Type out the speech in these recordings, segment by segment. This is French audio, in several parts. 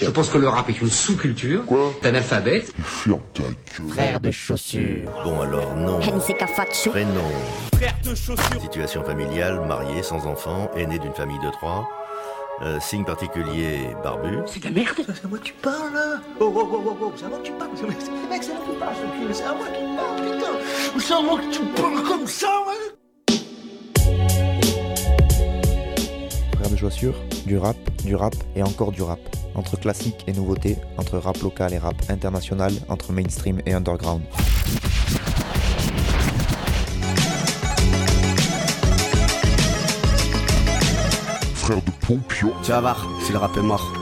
Je pense que le rap est une sous-culture. Quoi? D'analphabète. Ferme ta gueule. Frère de chaussures. Bon alors, nom, prénom, Frère de chaussures. situation familiale, marié, sans enfant, aîné d'une famille de 3, signe particulier, barbu. C'est de la merde. C'est à moi que tu parles là. Oh, c'est à moi que tu parles. Mec, c'est à moi que tu parles, c'est à moi que tu parles, putain. C'est à moi que tu parles comme ça, ouais. Frère de chaussures, du rap et encore du rap. Entre classique et nouveauté, entre rap local et rap international, entre mainstream et underground. Frère de Pompion. Tu vas voir, si le rap est mort.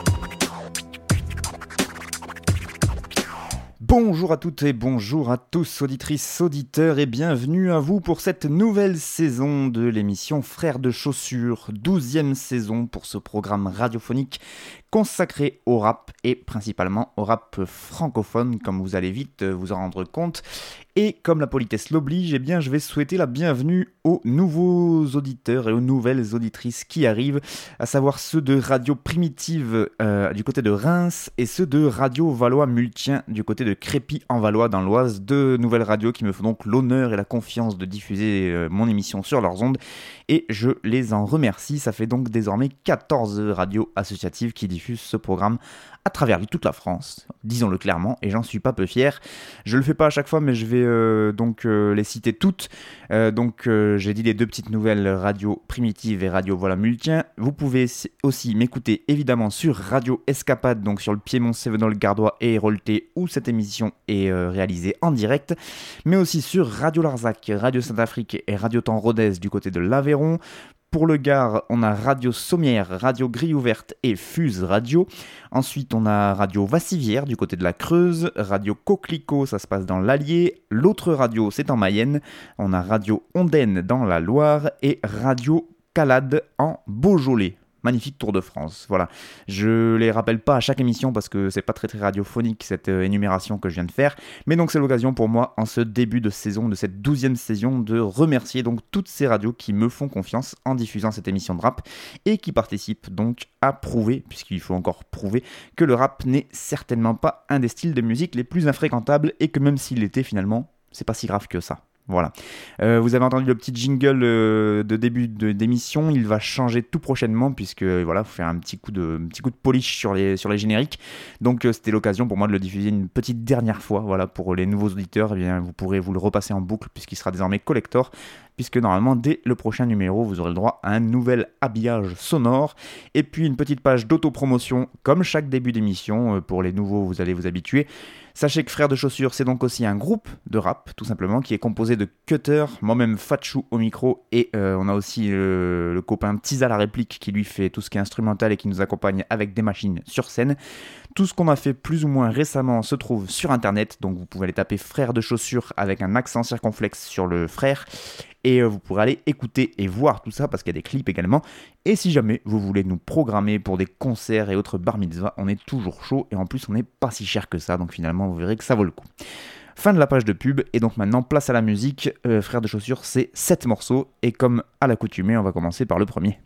Bonjour à toutes et bonjour à tous, auditrices, auditeurs, et bienvenue à vous pour cette nouvelle saison de l'émission Frères de chaussures, 12e saison pour ce programme radiophonique consacré au rap et principalement au rap francophone, comme vous allez vite vous en rendre compte. Et comme la politesse l'oblige, eh bien, je vais souhaiter la bienvenue aux nouveaux auditeurs et aux nouvelles auditrices qui arrivent, à savoir ceux de Radio Primitive du côté de Reims et ceux de Radio Valois-Multien du côté de Crépy en Valois dans l'Oise, deux nouvelles radios qui me font donc l'honneur et la confiance de diffuser mon émission sur leurs ondes, et je les en remercie. Ça fait donc désormais 14 radios associatives qui diffusent ce programme à travers toute la France, disons-le clairement, et j'en suis pas peu fier. Je le fais pas à chaque fois, mais je vais les citer toutes. J'ai dit les deux petites nouvelles, Radio Primitive et Radio Valois-Multien. Vous pouvez aussi m'écouter évidemment sur Radio Escapade, donc sur le Piémont, Cévenol, Gardois et Hérolté, où cette émission est réalisée en direct, mais aussi sur Radio Larzac, Radio Saint-Afrique et Radio Temps Rodez du côté de l'Aveyron. Pour le Gard, on a Radio Sommière, Radio Grille Ouverte et Fuse Radio. Ensuite, on a Radio Vassivière du côté de la Creuse, Radio Coquelicot, ça se passe dans l'Allier. L'autre radio, c'est en Mayenne. On a Radio Ondaine dans la Loire et Radio Calade en Beaujolais. Magnifique tour de France, voilà. Je les rappelle pas à chaque émission parce que c'est pas très radiophonique cette énumération que je viens de faire, mais donc c'est l'occasion pour moi en ce début de saison, de cette 12e saison, de remercier donc toutes ces radios qui me font confiance en diffusant cette émission de rap et qui participent donc à prouver, puisqu'il faut encore prouver, que le rap n'est certainement pas un des styles de musique les plus infréquentables et que même s'il l'était finalement, c'est pas si grave que ça. Voilà. Vous avez entendu le petit jingle de début d'émission, il va changer tout prochainement puisque voilà, faut faire un petit coup de polish sur les génériques. Donc c'était l'occasion pour moi de le diffuser une petite dernière fois. Voilà, pour les nouveaux auditeurs, eh bien vous pourrez vous le repasser en boucle puisqu'il sera désormais collector, puisque normalement dès le prochain numéro vous aurez le droit à un nouvel habillage sonore et puis une petite page d'autopromotion comme chaque début d'émission. Pour les nouveaux, vous allez vous habituer. Sachez que Frères de chaussures, c'est donc aussi un groupe de rap, tout simplement, qui est composé de Cutter, moi-même Fatchou au micro, et on a aussi le copain Tiza la réplique qui lui fait tout ce qui est instrumental et qui nous accompagne avec des machines sur scène. Tout ce qu'on a fait plus ou moins récemment se trouve sur internet, donc vous pouvez aller taper Frères de chaussures avec un accent circonflexe sur le frère, et vous pourrez aller écouter et voir tout ça parce qu'il y a des clips également. Et si jamais vous voulez nous programmer pour des concerts et autres bar mitzvahs, on est toujours chaud et en plus on n'est pas si cher que ça, donc finalement vous verrez que ça vaut le coup. Fin de la page de pub, et donc maintenant place à la musique. Frères de chaussures, c'est 7 morceaux, et comme à l'accoutumée, on va commencer par le premier.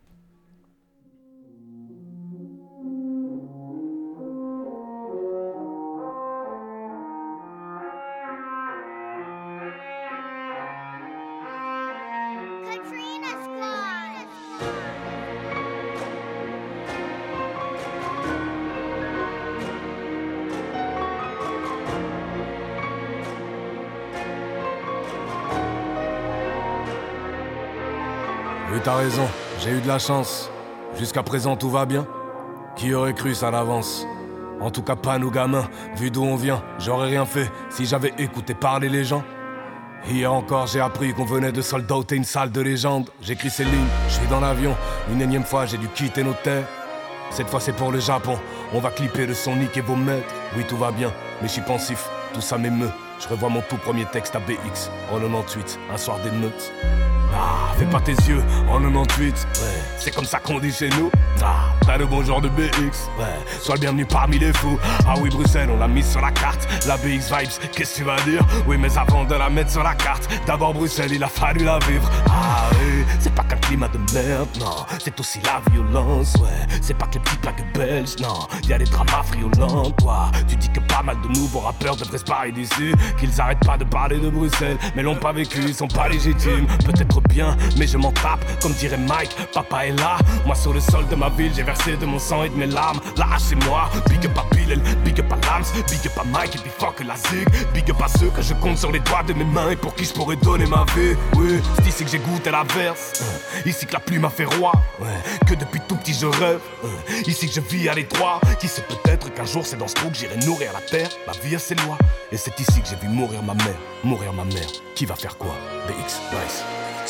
Oui, t'as raison, j'ai eu de la chance. Jusqu'à présent, tout va bien. Qui aurait cru ça d'avance? En tout cas, pas nous gamins. Vu d'où on vient, j'aurais rien fait si j'avais écouté parler les gens. Hier encore, j'ai appris qu'on venait de sold outer une salle de légende. J'écris ces lignes, je suis dans l'avion. Une énième fois, j'ai dû quitter nos terres. Cette fois, c'est pour le Japon. On va clipper le son, niquer vos maîtres. Oui, tout va bien, mais je suis pensif. Tout ça m'émeut. Je revois mon tout premier texte à BX en 98, un soir d'émeute. Ah, fais pas tes yeux en 98, ouais, c'est comme ça qu'on dit chez nous. Ah, t'as le bon genre de BX, ouais, sois le bienvenu parmi les fous. Ah oui, Bruxelles, on l'a mise sur la carte. La BX Vibes, qu'est-ce que tu vas dire? Oui, mais avant de la mettre sur la carte, d'abord Bruxelles, il a fallu la vivre. Ah oui, c'est pas qu'un climat de merde, non, c'est aussi la violence, ouais. C'est pas que les petits plaques belges, non, y'a des dramas friolents, toi. Tu dis que pas mal de nouveaux rappeurs devraient se barrer d'ici, qu'ils arrêtent pas de parler de Bruxelles, mais l'ont pas vécu, ils sont pas légitimes. Peut-être bien, mais je m'en tape, comme dirait Mike, papa est là. Moi sur le sol de ma ville, j'ai versé de mon sang et de mes larmes. Là c'est moi, big up à Bilal, big up à Lams, big up à Mike et puis fuck la zig. Big up à ceux que je compte sur les doigts de mes mains et pour qui je pourrais donner ma vie. Oui, c'est ici que j'ai goûté la verse, ici que la pluie m'a fait roi, ouais. Que depuis tout petit je rêve, ici que je vis à l'étroit. Qui sait peut-être qu'un jour c'est dans ce trou que j'irai nourrir la terre. Ma vie a ses lois, et c'est ici que j'ai vu mourir ma mère. Mourir ma mère, qui va faire quoi? BX, nice.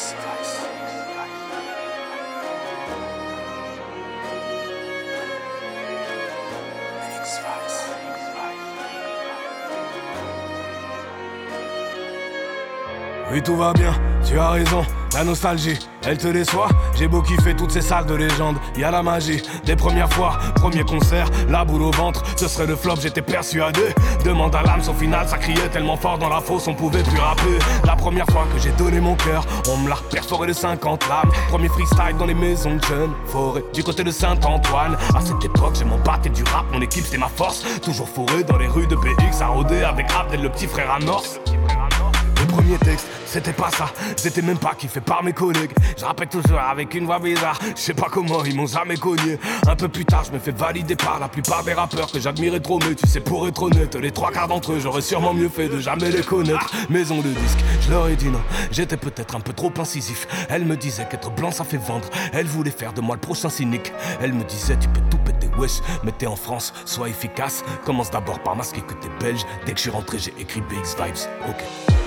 Oui, tout va bien, tu as raison, la nostalgie, elle te déçoit. J'ai beau kiffer toutes ces salles de légende, y'a la magie des premières fois, premier concert, la boule au ventre, ce serait le flop, j'étais persuadé. Demande à l'âme, au final, ça criait tellement fort dans la fosse, on pouvait plus rapper. La première fois que j'ai donné mon cœur, on me l'a perforé de 50 lames. Premier freestyle dans les maisons de jeunes, forêt, du côté de Saint-Antoine. À cette époque, j'ai mon batté du rap, mon équipe c'était ma force. Toujours fourré dans les rues de BX, à rôder avec Abdel, le petit frère à Norse. Le premier texte, c'était pas ça, j'étais même pas kiffé par mes collègues. Je rappelle toujours avec une voix bizarre, je sais pas comment ils m'ont jamais cogné. Un peu plus tard, je me fais valider par la plupart des rappeurs que j'admirais trop. Mais tu sais, pour être honnête, les trois quarts d'entre eux, j'aurais sûrement mieux fait de jamais les connaître. Maison de disque, je leur ai dit non, j'étais peut-être un peu trop incisif. Elle me disait qu'être blanc ça fait vendre, elle voulait faire de moi le prochain cynique. Elle me disait tu peux tout péter wesh, mais t'es en France, sois efficace. Commence d'abord par masquer que t'es belge. Dès que je suis rentré, j'ai écrit BX Vibes, ok.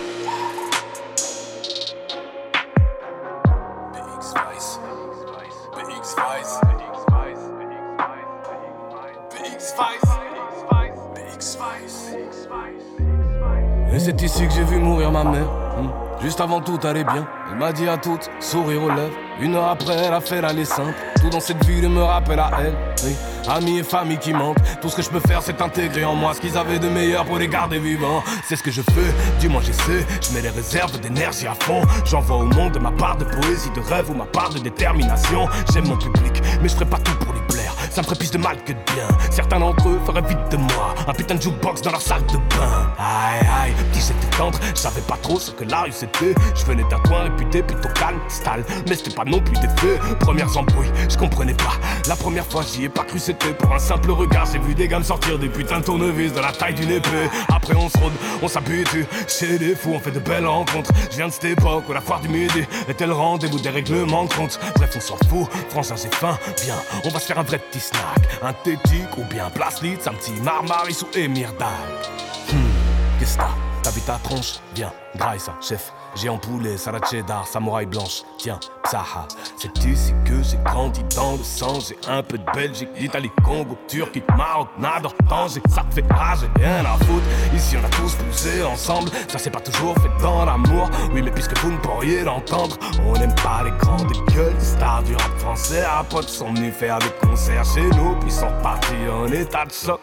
Et c'est ici que j'ai vu mourir ma mère. Juste avant tout allait bien, elle m'a dit à toutes, sourire aux lèvres. Une heure après elle a fait l'aller simple. Tout dans cette ville me rappelle à elle, oui. Amis et famille qui manquent. Tout ce que je peux faire c'est intégrer en moi ce qu'ils avaient de meilleur pour les garder vivants. C'est ce que je fais, du moins j'essaie. Je mets les réserves d'énergie à fond. J'envoie au monde ma part de poésie, de rêve ou ma part de détermination. J'aime mon public, mais je ferai pas tout pour lui plaire. Ça me ferait plus de mal que de bien. Certains d'entre eux feraient vite de moi un putain de jukebox dans leur salle de bain. Aïe aïe, petit j'étais tendre, je savais pas trop ce que la rue c'était. Je venais d'un coin réputé plutôt calme, style, mais c'était pas non plus des faits. Premières embrouilles, je comprenais pas. La première fois j'y ai pas cru, c'était pour un simple regard. J'ai vu des gammes sortir des putains de tournevis de la taille d'une épée. Après on se rôde, on s'habitue. Chez les fous on fait de belles rencontres. Je viens de cette époque où la foire du midi était le rendez-vous des règlements de compte. Bref on s'en fout, Français c'est fin. Viens, on va se faire un vrai petit snack. Un tétique ou bien place Litz, un petit marmaris ou émirdal. Qu'est-ce que t'habites ta tronche? Viens, graille ça, chef. J'ai en poulet, salade cheddar, samouraï blanche. Tiens, psaha. C'est ici que j'ai grandi dans le sang. J'ai un peu de Belgique, d'Italie, Congo, Turquie, Maroc, Nador, Tanger. Ça te fait rage, j'ai rien à foutre. Ici on a tous poussé ensemble. Ça s'est pas toujours fait dans l'amour. Oui, mais puisque vous ne pourriez l'entendre, on n'aime pas les grandes gueules. Les stars du rap français à potes sont venus faire des concerts chez nous, puis sont partis en état de choc.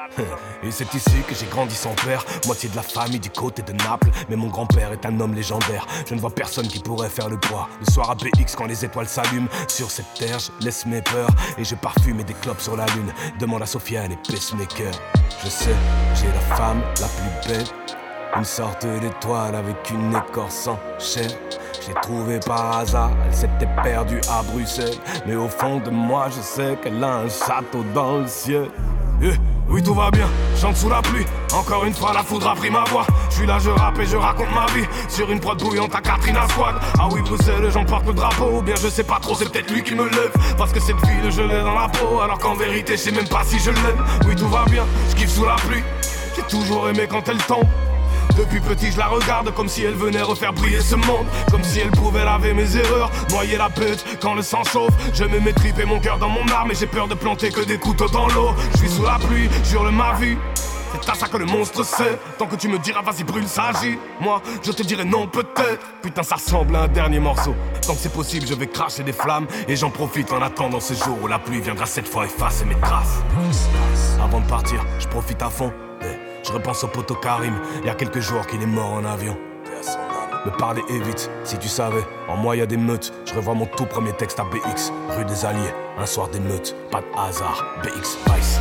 Et c'est ici que j'ai grandi sans père, moitié de la famille du côté de Naples. Mais mon grand-père est un homme légendaire. Je ne vois personne qui pourrait faire le poids. Le soir à BX quand les étoiles s'allument sur cette terre, je laisse mes peurs et je parfume des clopes sur la lune. Demande à Sofiane et Pacemaker. Je sais, j'ai la femme la plus belle, une sorte d'étoile avec une écorce en chair. J'ai trouvé par hasard, elle s'était perdue à Bruxelles. Mais au fond de moi, je sais qu'elle a un château dans le ciel. Oui, tout va bien, chante sous la pluie. Encore une fois, la foudre a pris ma voix. Je suis là, je rappe et je raconte ma vie sur une prod bouillante à Katrina Squad. Ah oui, Bruxelles, j'emporte le drapeau. Ou bien je sais pas trop, c'est peut-être lui qui me lève. Parce que cette ville, je l'ai dans la peau. Alors qu'en vérité, je sais même pas si je l'aime. Oui, tout va bien, je kiffe sous la pluie. J'ai toujours aimé quand elle tombe. Depuis petit je la regarde comme si elle venait refaire briller ce monde. Comme si elle pouvait laver mes erreurs, noyer la bête quand le sang chauffe. Je mets mes tripes et mon cœur dans mon arme. Et j'ai peur de planter que des couteaux dans l'eau. Je suis sous la pluie, jure ma vie. C'est à ça que le monstre sait. Tant que tu me diras vas-y brûle ça agit. Moi je te dirai non peut-être. Putain ça ressemble à un dernier morceau. Tant que c'est possible je vais cracher des flammes. Et j'en profite en attendant ce jour où la pluie viendra cette fois effacer mes traces. Avant de partir je profite à fond. Je repense au poteau Karim. Il y a quelques jours qu'il est mort en avion. Me parler évite, si tu savais. En moi y a des meutes. Je revois mon tout premier texte à BX, rue des Alliés. Un soir d'émeute, pas de hasard. BX Spice.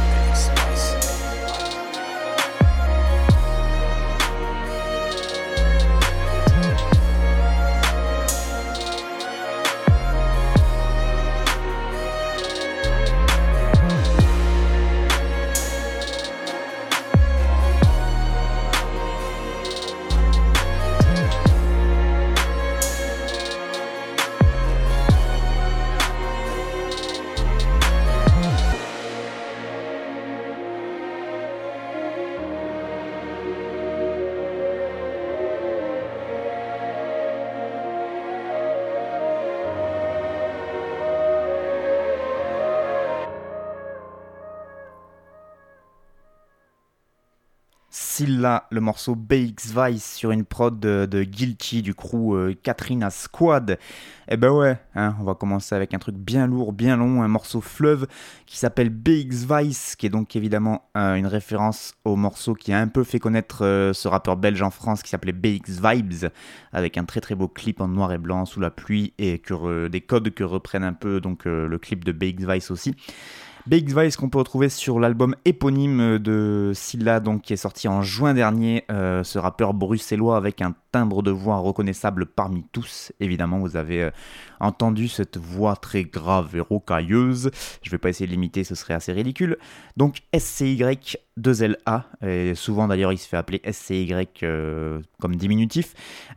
Silla, le morceau BX Vice sur une prod de Guilty du crew Katrina Squad. Eh ben ouais, on va commencer avec un truc bien lourd, bien long, un morceau fleuve qui s'appelle BX Vice, qui est donc évidemment une référence au morceau qui a un peu fait connaître ce rappeur belge en France qui s'appelait BX Vibes, avec un très très beau clip en noir et blanc sous la pluie et des codes que reprennent un peu donc le clip de BX Vice aussi. BX Vice qu'on peut retrouver sur l'album éponyme de Silla, donc qui est sorti en juin dernier, ce rappeur bruxellois avec un timbre de voix reconnaissable parmi tous. Évidemment, vous avez entendu cette voix très grave et rocailleuse. Je vais pas essayer de l'imiter, ce serait assez ridicule. Donc SCY 2LA, et souvent d'ailleurs il se fait appeler SCY comme diminutif.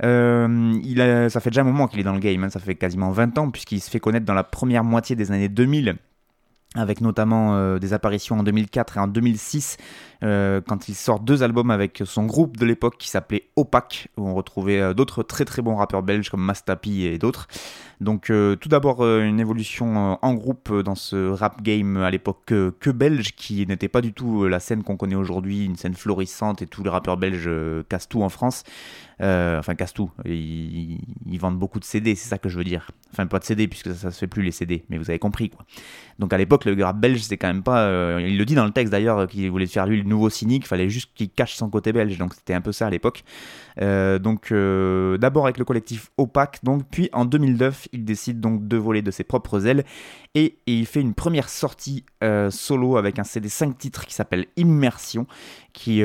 Ça fait déjà un moment qu'il est dans le game, ça fait quasiment 20 ans, puisqu'il se fait connaître dans la première moitié des années 2000. Avec notamment des apparitions en 2004 et en 2006, quand il sort 2 albums avec son groupe de l'époque qui s'appelait Opaque, où on retrouvait d'autres très très bons rappeurs belges comme Mastapi et d'autres. Donc tout d'abord une évolution en groupe dans ce rap game à l'époque que belge, qui n'était pas du tout la scène qu'on connaît aujourd'hui, une scène florissante et tous les rappeurs belges cassent tout en France. Enfin cassent tout, ils vendent beaucoup de CD, c'est ça que je veux dire. Enfin pas de CD puisque ça se fait plus les CD, mais vous avez compris quoi. Donc à l'époque le rap belge c'est quand même pas, il le dit dans le texte d'ailleurs qu'il voulait faire lui le nouveau Cynique, il fallait juste qu'il cache son côté belge, donc c'était un peu ça à l'époque. Donc d'abord avec le collectif Opaque, donc puis en 2009 il décide donc de voler de ses propres ailes et il fait une première sortie solo avec un CD 5 titres qui s'appelle Immersion, qui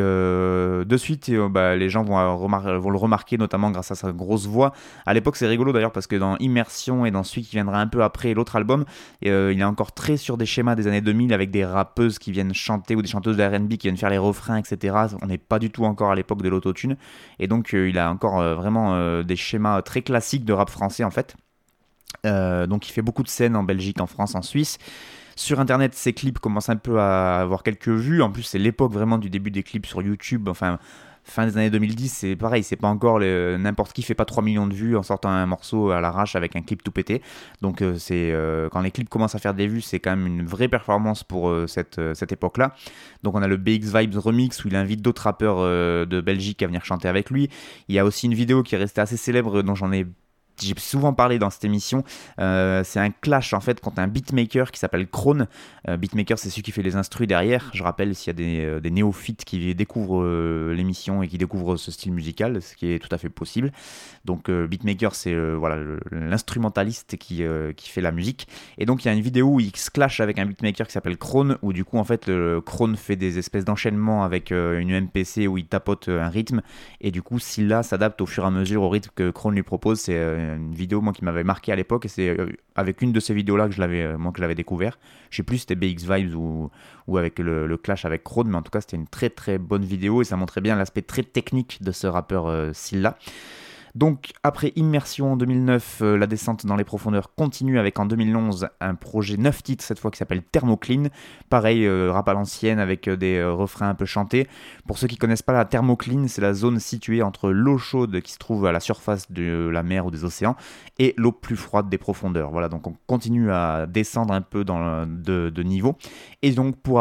de suite les gens vont le remarquer notamment grâce à sa grosse voix. À l'époque c'est rigolo d'ailleurs parce que dans Immersion et dans celui qui viendra un peu après l'autre album, il est encore très sur des schémas des années 2000 avec des rappeuses qui viennent chanter ou des chanteuses de R&B qui viennent faire les refrains, etc. On n'est pas du tout encore à l'époque de l'autotune et donc il a encore vraiment des schémas très classiques de rap français en fait. Donc il fait beaucoup de scènes en Belgique, en France, en Suisse. Sur internet, ses clips commencent un peu à avoir quelques vues. En plus, c'est l'époque vraiment du début des clips sur YouTube. Enfin, fin des années 2010, c'est pareil, c'est pas encore n'importe qui fait pas 3 millions de vues en sortant un morceau à l'arrache avec un clip tout pété. Donc quand les clips commencent à faire des vues, c'est quand même une vraie performance pour cette époque-là. Donc on a le BX Vibes remix où il invite d'autres rappeurs de Belgique à venir chanter avec lui. Il y a aussi une vidéo qui est restée assez célèbre dont j'ai souvent parlé dans cette émission. C'est un clash en fait contre un beatmaker qui s'appelle Krone. Beatmaker, c'est celui qui fait les instrus derrière. Je rappelle s'il y a des néophytes qui découvrent l'émission et qui découvrent ce style musical, ce qui est tout à fait possible. Donc beatmaker, c'est l'instrumentaliste qui fait la musique. Et donc il y a une vidéo où il se clash avec un beatmaker qui s'appelle Krone, où du coup en fait Krone fait des espèces d'enchaînements avec une MPC où il tapote un rythme. Et du coup Silla s'adapte au fur et à mesure au rythme que Krone lui propose. C'est une vidéo moi qui m'avait marqué à l'époque et c'est avec une de ces vidéos là que je l'avais découvert. Je sais plus si c'était BX Vibes ou avec le clash avec Krone, mais en tout cas c'était une très très bonne vidéo et ça montrait bien l'aspect très technique de ce rappeur Silla. Donc après Immersion en 2009, la descente dans les profondeurs continue avec en 2011 un projet 9 titres cette fois qui s'appelle Thermocline. Pareil, rap à l'ancienne avec des refrains un peu chantés. Pour ceux qui connaissent pas la Thermocline, c'est la zone située entre l'eau chaude qui se trouve à la surface de la mer ou des océans et l'eau plus froide des profondeurs. Voilà, donc on continue à descendre un peu de niveau. Et donc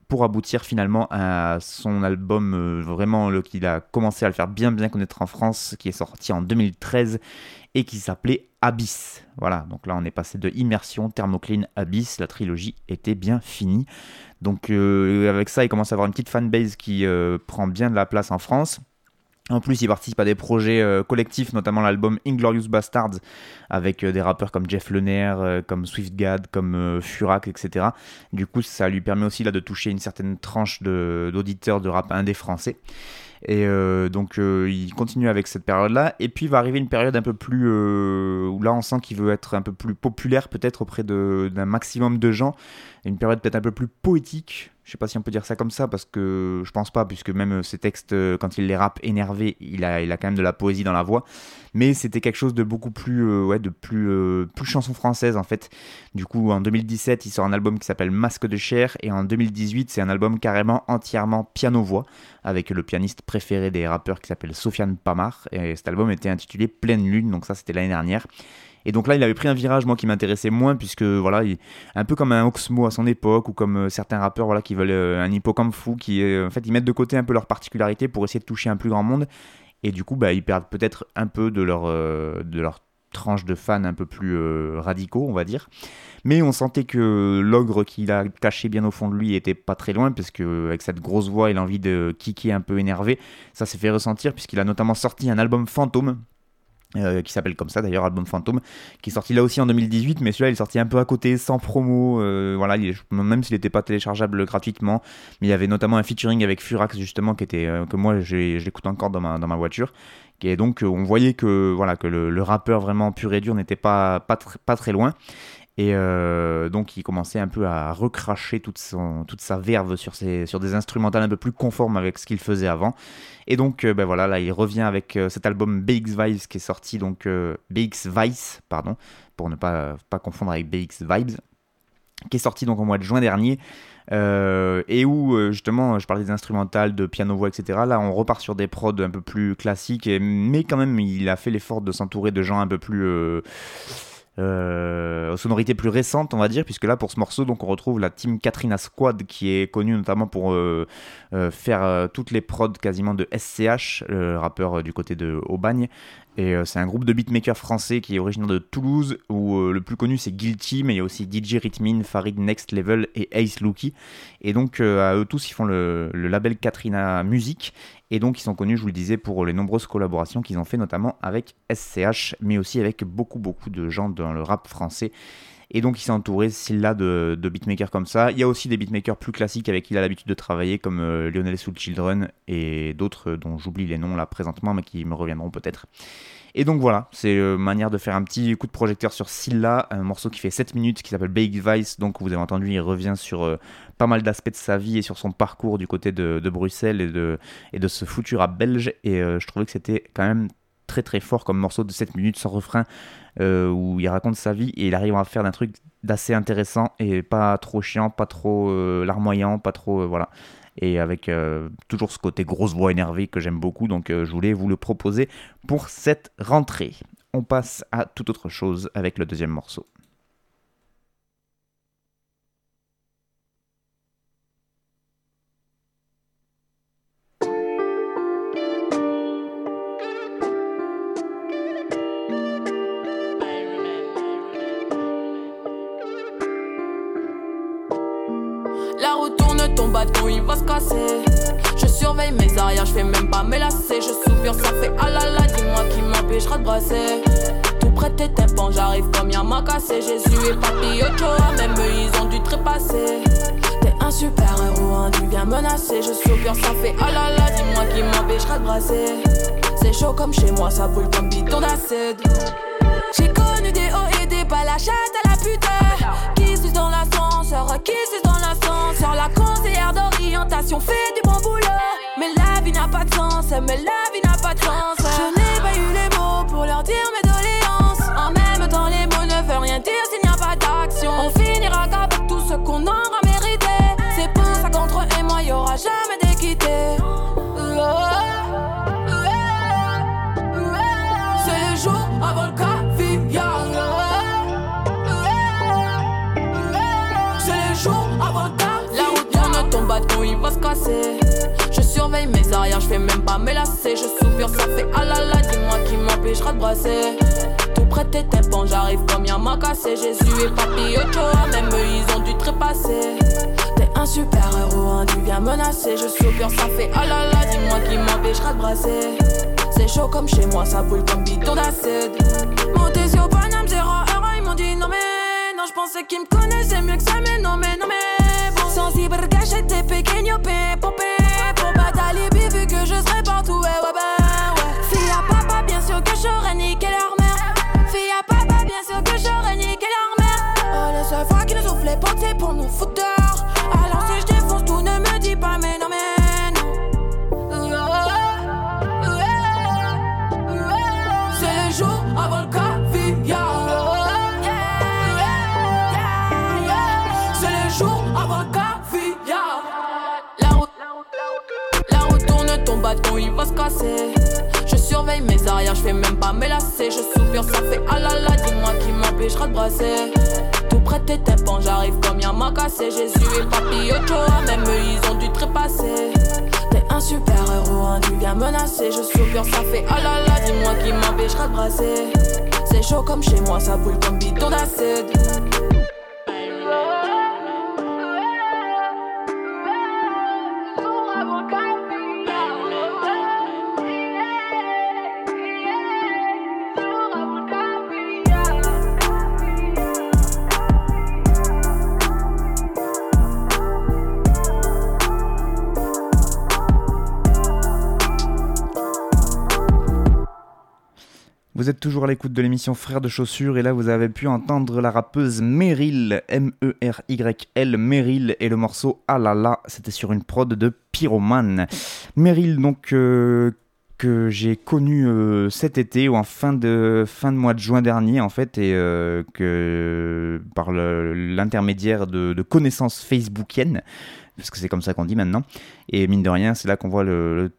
pour aboutir finalement à son album vraiment qu'il a commencé à le faire bien connaître en France, qui est sorti en 2013 et qui s'appelait Abyss. Voilà, donc là on est passé de Immersion, Thermocline, Abyss, la trilogie était bien finie. Donc avec ça il commence à avoir une petite fanbase qui prend bien de la place en France. En plus, il participe à des projets collectifs, notamment l'album Inglorious Bastards, avec des rappeurs comme Jeff Lenaire, comme Swiftgad, comme Furax, etc. Du coup, ça lui permet aussi là, de toucher une certaine tranche d'auditeurs de rap indé français. Et donc, il continue avec cette période-là. Et puis, va arriver une période un peu plus... où là, on sent qu'il veut être un peu plus populaire, peut-être auprès d'un maximum de gens. Une période peut-être un peu plus poétique. Je sais pas si on peut dire ça comme ça, parce que je pense pas, puisque même ses textes, quand il les rappe énervés, il a quand même de la poésie dans la voix. Mais c'était quelque chose de beaucoup plus, plus chanson française en fait. Du coup, en 2017, il sort un album qui s'appelle Masque de chair, et en 2018, c'est un album carrément entièrement piano-voix, avec le pianiste préféré des rappeurs qui s'appelle Sofiane Pamar. Et cet album était intitulé Pleine Lune, donc ça c'était l'année dernière. Et donc là, il avait pris un virage, moi, qui m'intéressait moins, puisque, voilà, un peu comme un Oxmo à son époque, ou comme certains rappeurs, voilà, qui veulent un hippocampe fou, qui, en fait, ils mettent de côté un peu leurs particularités pour essayer de toucher un plus grand monde. Et du coup, ils perdent peut-être un peu de leur tranche de fans un peu plus radicaux, on va dire. Mais on sentait que l'ogre qu'il a caché bien au fond de lui était pas très loin, parce qu'avec cette grosse voix et l'envie de kicker un peu énervé, ça s'est fait ressentir, puisqu'il a notamment sorti un album Fantôme, qui s'appelle comme ça d'ailleurs, album Fantôme, qui est sorti là aussi en 2018, mais celui-là il est sorti un peu à côté, sans promo, voilà, même s'il n'était pas téléchargeable gratuitement, mais il y avait notamment un featuring avec Furax justement, qui était, que moi je l'écoute encore dans ma voiture, et donc on voyait que, voilà, que le rappeur vraiment pur et dur n'était pas très loin. Et donc il commençait un peu à recracher toute sa verve sur des instrumentales un peu plus conformes avec ce qu'il faisait avant. Et donc voilà, là il revient avec cet album BX Vibes qui est sorti, donc BX Vice, pardon, pour ne pas confondre avec BX Vibes, qui est sorti donc au mois de juin dernier. Et où justement je parlais des instrumentales, de piano-voix, etc. Là on repart sur des prods un peu plus classiques, mais quand même il a fait l'effort de s'entourer de gens un peu plus... aux sonorités plus récentes, on va dire, puisque là pour ce morceau donc on retrouve la team Katrina Squad, qui est connue notamment pour faire toutes les prods quasiment de SCH, le rappeur du côté de Aubagne. Et c'est un groupe de beatmakers français qui est originaire de Toulouse, où le plus connu c'est Guilty, mais il y a aussi DJ Rhythmine, Farid Next Level et Ace Looky. Et donc à eux tous ils font le label Katrina Music, et donc ils sont connus, je vous le disais, pour les nombreuses collaborations qu'ils ont fait notamment avec SCH, mais aussi avec beaucoup de gens dans le rap français. Et donc il s'est entouré là de beatmakers comme ça. Il y a aussi des beatmakers plus classiques avec qui il a l'habitude de travailler, comme Lionel Soul Children et d'autres dont j'oublie les noms là présentement, mais qui me reviendront peut-être. Et donc voilà, c'est manière de faire un petit coup de projecteur sur Silla, un morceau qui fait 7 minutes qui s'appelle BX Vice. Donc vous avez entendu, il revient sur pas mal d'aspects de sa vie et sur son parcours du côté de Bruxelles et de ce foutu rap belge. Et je trouvais que c'était quand même très très fort comme morceau de 7 minutes sans refrain, où il raconte sa vie et il arrive à faire un truc d'assez intéressant et pas trop chiant, pas trop larmoyant, pas trop voilà, et avec toujours ce côté grosse voix énervée que j'aime beaucoup. Donc je voulais vous le proposer pour cette rentrée. On passe à toute autre chose avec le deuxième morceau. La route tourne, ton bâton il va se casser. Je surveille mes arrières, je fais même pas mes lacets. Je soupire, ça fait ah là là, dis-moi qui m'empêchera de brasser. Tout près de tes tympans, j'arrive comme Yamakase. Jésus et Papi Ochoa, même eux ils ont dû trépasser. T'es un super héros, hein, tu viens menacer. Je soupire, ça fait ah là là, dis-moi qui m'empêchera de brasser. C'est chaud comme chez moi, ça brûle comme bidon d'acide. J'ai connu des hauts et des bas, la chatte à la putain. Qui suce dans l'ascenseur, qui suce dans l'ascenseur. La conseillère d'orientation fait du bon boulot. Mais la vie n'a pas de sens, mais la vie n'a pas de sens. Je n'ai pas eu les mots pour leur dire mes doléances. En même temps les mots ne veulent rien dire s'il n'y a pas d'action. On finira qu'avec tout ce qu'on aura mérité. C'est pour ça qu'entre eux et moi y'aura jamais d'équité. C'est le jour avant le caviar. C'est le jour avant le caviar. La route tourne, ton bâton brasser. Je surveille mes arrières, je fais même pas mes lacets. Je soupire, ça fait ah là là, dis-moi qui m'empêchera de brasser. Tout près de tes tympans, j'arrive comme Yama cassé. Jésus et Papi Ochoa, même eux ils ont dû trépasser. T'es un super héros, hein, tu viens menacer. Je soupire, ça fait ah là là, dis-moi qui m'empêchera de brasser. C'est chaud comme chez moi, ça boule comme bidon d'acide. Monté sur Paname, 0 euro, ils m'ont dit non mais non, j'pensais qu'ils me connaissaient mieux que ça, mais non mais bon. Sensible, gâchette, t'es pequeño, pompé. Pour battre à Libye, vu que je serai partout, ouais. Fille à papa, bien sûr que j'aurais niqué leur mère. Fille à papa, bien sûr que j'aurais niqué leur mère. Oh, la seule fois qu'ils nous ouvrent les portes, c'est pour nous foutre dehors. Alors si je défonce tout, ne me dis pas mais non. C'est le jour avant le caviar. C'est le jour avant le caviar. La route tourne, ton bâton il va se casser. Je surveille mes arrières, je fais même pas mes lacets. Je soupire, ça fait ah là là, dis-moi qui m'empêchera de brasser. Tout près de tes tympans, j'arrive comme Yama cassé. Jésus et Papi Ochoa, même eux ils ont dû trépasser. T'es un super héros, hein, tu viens menacer. Je soupire, ça fait ah là là, dis-moi qui m'empêchera de brasser. C'est chaud comme chez moi, ça boule comme bidon d'acide. Vous êtes toujours à l'écoute de l'émission Frères de Chaussures et là vous avez pu entendre la rappeuse Meryl, M-E-R-Y-L, Meryl et le morceau Ah là là, c'était sur une prod de Pyromane. Meryl donc que j'ai connu cet été ou en fin de mois de juin dernier en fait et que par l'intermédiaire de connaissances facebookiennes, parce que c'est comme ça qu'on dit maintenant, et mine de rien c'est là qu'on voit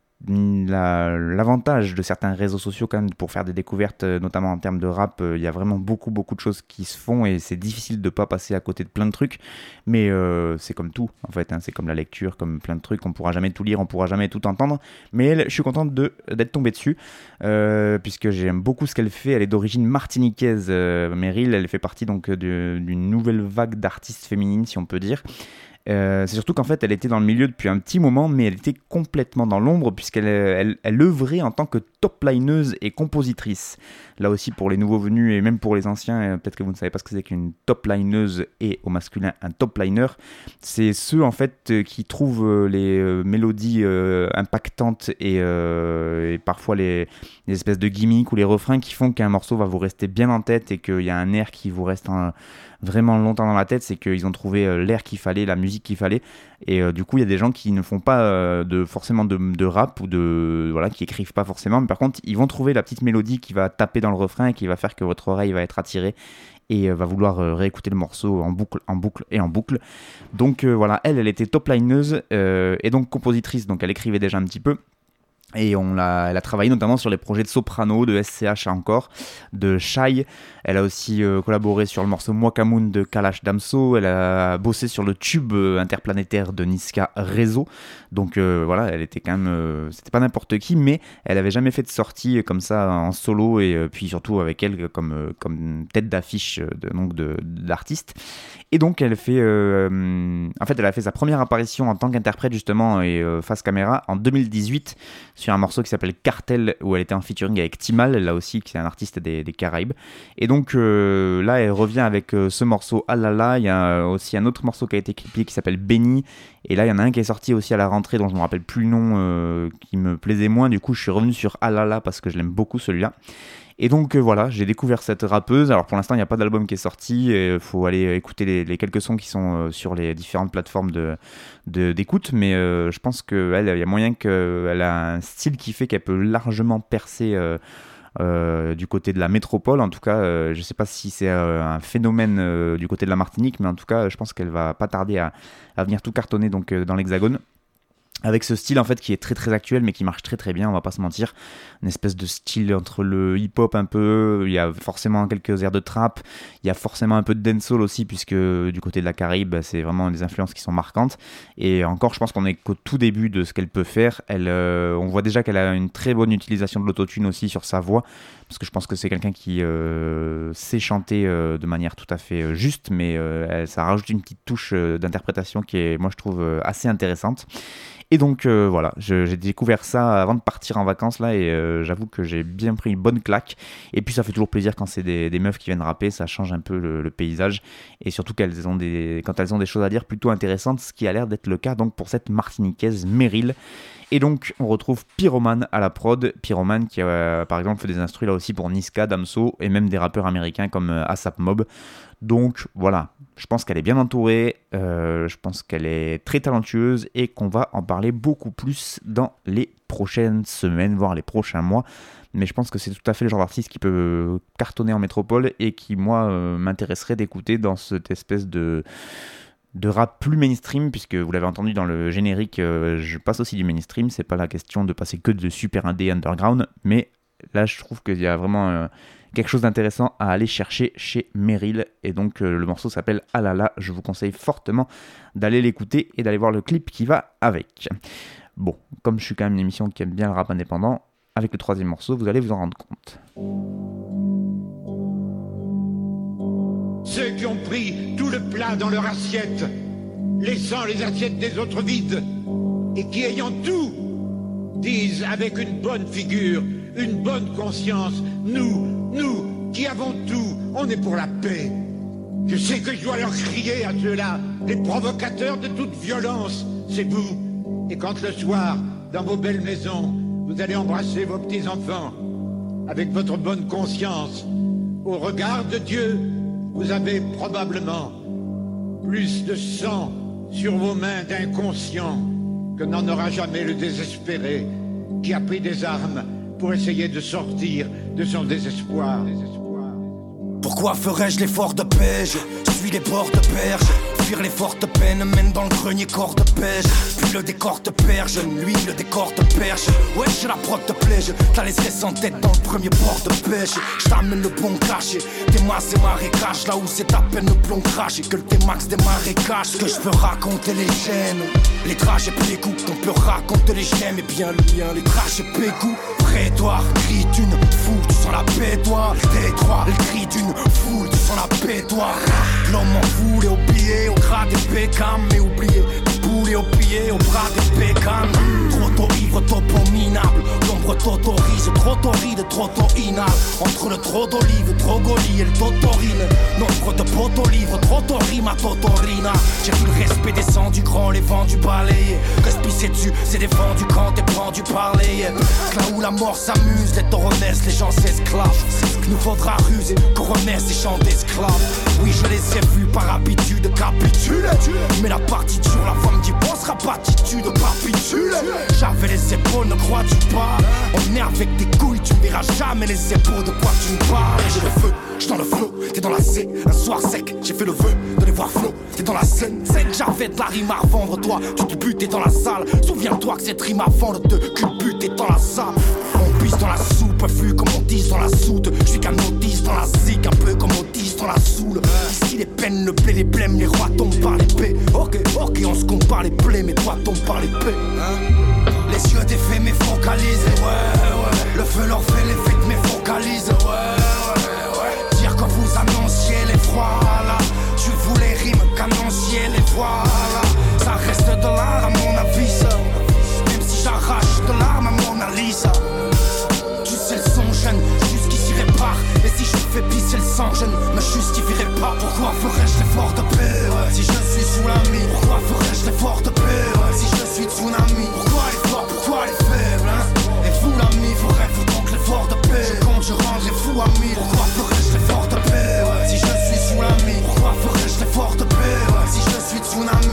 l'avantage de certains réseaux sociaux quand même pour faire des découvertes, notamment en termes de rap. Il y a vraiment beaucoup de choses qui se font et c'est difficile de pas passer à côté de plein de trucs, mais c'est comme tout en fait, hein, c'est comme la lecture, comme plein de trucs, on pourra jamais tout lire, on pourra jamais tout entendre, mais je suis contente d'être tombé dessus puisque j'aime beaucoup ce qu'elle fait. Elle est d'origine martiniquaise, Meryl, elle fait partie donc d'une nouvelle vague d'artistes féminines si on peut dire. C'est surtout qu'en fait elle était dans le milieu depuis un petit moment, mais elle était complètement dans l'ombre puisqu'elle œuvrait en tant que top-lineuse et compositrice. Là aussi pour les nouveaux venus et même pour les anciens, peut-être que vous ne savez pas ce que c'est qu'une top-lineuse et au masculin un top-liner. C'est ceux en fait qui trouvent les mélodies impactantes et parfois les espèces de gimmicks ou les refrains qui font qu'un morceau va vous rester bien en tête et qu'il y a un air qui vous reste vraiment longtemps dans la tête. C'est qu'ils ont trouvé l'air qu'il fallait, la musique qu'il fallait, et du coup il y a des gens qui ne font pas forcément de rap ou qui écrivent pas forcément, mais par contre ils vont trouver la petite mélodie qui va taper dans le refrain et qui va faire que votre oreille va être attirée et va vouloir réécouter le morceau en boucle. Donc voilà, elle était top-lineuse et donc compositrice, donc elle écrivait déjà un petit peu. Et elle a travaillé notamment sur les projets de Soprano, de SCH encore, de Shai. Elle a aussi collaboré sur le morceau Mwakamoun de Kalash Damso. Elle a bossé sur le tube interplanétaire de Niska Rezo. Donc voilà, elle était quand même... c'était pas n'importe qui, mais elle avait jamais fait de sortie comme ça en solo, et puis surtout avec elle comme tête d'affiche d'artiste. Et donc elle fait... en fait, elle a fait sa première apparition en tant qu'interprète justement et face caméra en 2018 sur un morceau qui s'appelle Cartel, où elle était en featuring avec Timal, là aussi qui est un artiste des Caraïbes. Et donc là elle revient avec ce morceau Alala. Il y a aussi un autre morceau qui a été clippé qui s'appelle Benny, et là il y en a un qui est sorti aussi à la rentrée dont je me rappelle plus le nom, qui me plaisait moins. Du coup je suis revenu sur Alala parce que je l'aime beaucoup celui-là. Et donc voilà, j'ai découvert cette rappeuse. Alors pour l'instant il n'y a pas d'album qui est sorti, il faut aller écouter les quelques sons qui sont sur les différentes plateformes d'écoute, mais je pense qu'elle, il y a moyen qu'elle a un style qui fait qu'elle peut largement percer du côté de la métropole. En tout cas je ne sais pas si c'est un phénomène du côté de la Martinique, mais en tout cas je pense qu'elle va pas tarder à venir tout cartonner donc, dans l'Hexagone. avec ce style en fait qui est très très actuel mais qui marche très très bien, on va pas se mentir, une espèce de style entre le hip-hop un peu, il y a forcément quelques airs de trap, il y a forcément un peu de dancehall aussi puisque du côté de la Caraïbe c'est vraiment des influences qui sont marquantes et encore je pense qu'on est qu'au tout début de ce qu'elle peut faire, on voit déjà qu'elle a une très bonne utilisation de l'autotune aussi sur sa voix parce que je pense que c'est quelqu'un qui sait chanter de manière tout à fait juste mais ça rajoute une petite touche d'interprétation qui est moi je trouve assez intéressante. Et donc voilà, j'ai découvert ça avant de partir en vacances là et j'avoue que j'ai bien pris une bonne claque. Et puis ça fait toujours plaisir quand c'est des meufs qui viennent rapper, ça change un peu le paysage et surtout quand elles ont des choses à dire plutôt intéressantes, ce qui a l'air d'être le cas donc pour cette Martiniquaise Meryl. Et donc on retrouve Pyromane à la prod, Pyromane qui a par exemple fait des instrus là aussi pour Niska, Damso et même des rappeurs américains comme ASAP Mob. Donc voilà, je pense qu'elle est bien entourée, je pense qu'elle est très talentueuse et qu'on va en parler beaucoup plus dans les prochaines semaines, voire les prochains mois. Mais je pense que c'est tout à fait le genre d'artiste qui peut cartonner en métropole et qui, moi, m'intéresserait d'écouter dans cette espèce de rap plus mainstream, puisque vous l'avez entendu dans le générique, je passe aussi du mainstream, c'est pas la question de passer que de super indé underground, mais là je trouve qu'il y a vraiment quelque chose d'intéressant à aller chercher chez Meryl, et donc le morceau s'appelle Alala, je vous conseille fortement d'aller l'écouter et d'aller voir le clip qui va avec. Bon, comme je suis quand même une émission qui aime bien le rap indépendant, avec le troisième morceau, vous allez vous en rendre compte. Ceux qui ont pris tout le plat dans leur assiette, laissant les assiettes des autres vides, et qui ayant tout, disent avec une bonne figure, une bonne conscience, nous qui avons tout, on est pour la paix. Je sais que je dois leur crier à ceux-là, les provocateurs de toute violence, c'est vous. Et quand le soir, dans vos belles maisons, vous allez embrasser vos petits-enfants, avec votre bonne conscience, au regard de Dieu, vous avez probablement plus de sang sur vos mains d'inconscients que n'en aura jamais le désespéré qui a pris des armes pour essayer de sortir de son désespoir. Pourquoi ferais-je l'effort de paix? Je suis les bords de berge. Fuir les fortes peines mène dans le grenier corps de pêche. Puis le décor te perche, lui le décor te perche. Ouais, j'ai la prod te plaige. T'as laissé sans tête dans le premier port de pêche. Je t'amène le bon caché. Des masses et marécages, là où c'est à peine le plomb craché. Que le T-Max des marécages. Ce que je peux raconter les chaînes, les trajets pécou. On peut raconter les gemmes et bien le lien. Les trajets pécou. Prétoire, cri d'une foule, tu sens la pétoire. Détroit, le cri d'une foule, tu sens la pétoire. L'homme en foule et oublié, au gras des pécanes, mais oublié, boulé au pied, au bras des pécanes. Trop tôt ivre, topo minable, l'ombre t'autorise, trop torride, trop inal. Entre le trop d'olive, trop goli et le totorine. Nombre de potes livres, trop torrime à totorina. J'ai vu le respect descendu, grand, les vents du balayé. Que se pisser dessus, c'est défendu quand t'es pendu par les là où la mort s'amuse, les taureaux naissent, les gens s'esclavent. Nous faudra ruser, qu'on renaisse et chants d'esclaves. Oui, je les ai vus par habitude capituler. Mais la partiture, la femme dit bon sera pas attitude capitule. J'avais les épaules, ne crois-tu pas? On est avec des couilles, tu ne verras jamais les épaules de quoi tu me parles. J'ai le feu, j'suis dans le flot, t'es dans la C. Un soir sec, j'ai fait le vœu de les voir flot. T'es dans la scène, c'est que j'avais de la rime à revendre. Toi, tu te butais dans la salle. Souviens-toi que cette rime avant de te culbuter dans la salle. On pisse dans la soupe, flux comme on dise dans la soude. J'suis qu'un notice dans la zig, un peu comme on dise dans la soule. Ici les peines, le blé, les blêmes, les rois tombent par l'épée. Ok, on se compare les plaies, mais toi tombes par l'épée. Les yeux défaits mais focalisés, ouais. Le feu leur fait l'effet de mes focalises, ouais. Dire que vous annonciez les voilà. Tu voulais rimes qu'annonciez les voilà. Ça reste de l'art à mon avis, ça. Même si j'arrache de l'arme à Mona Lisa. Tu sais le son jeune, jusqu'ici répare. Et si je fais pisser le sang, je ne me justifierai pas. Pourquoi ferais-je l'effort de paix, ouais. Si je suis sous la mine, pourquoi ferais-je l'effort de paix, ouais. Si je suis tsunami, pourquoi les forts, pourquoi les faibles, hein. Et vous l'ami, ferais-vous donc l'effort de paix. Je compte, je rendrai fou ami. Pourquoi ferais-je l'effort de paix, ouais. Si je suis sous la mine, pourquoi ferais-je l'effort de paix, ouais. Si je suis tsunami.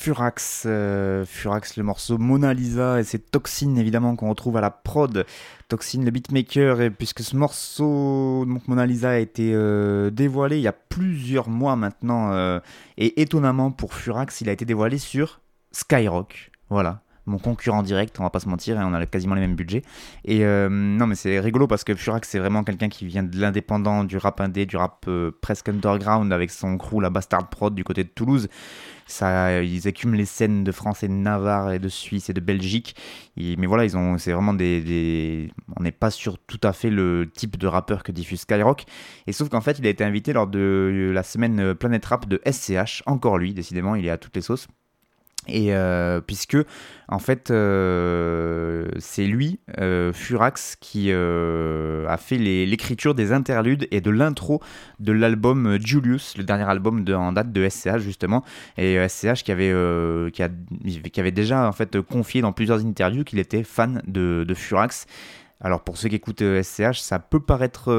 Furax, le morceau Mona Lisa, et c'est Toxin évidemment qu'on retrouve à la prod. Toxin le beatmaker, et puisque ce morceau, donc Mona Lisa, a été dévoilé il y a plusieurs mois maintenant, et étonnamment pour Furax, il a été dévoilé sur Skyrock, voilà. Mon concurrent direct, on va pas se mentir, on a quasiment les mêmes budgets. Et non, mais c'est rigolo parce que Furax, c'est vraiment quelqu'un qui vient de l'indépendant, du rap indé, du rap presque underground, avec son crew, la Bastard Prod, du côté de Toulouse. Ça, ils écument les scènes de France et de Navarre et de Suisse et de Belgique. Mais voilà, c'est vraiment on n'est pas sur tout à fait le type de rappeur que diffuse Skyrock. Et sauf qu'en fait, il a été invité lors de la semaine Planet Rap de SCH. Encore lui, décidément, il est à toutes les sauces. Et puisque en fait c'est lui, Furax, qui a fait l'écriture des interludes et de l'intro de l'album Julius, le dernier album en date de SCH justement, et SCH qui avait déjà en fait confié dans plusieurs interviews qu'il était fan de Furax. Alors pour ceux qui écoutent SCH, ça peut paraître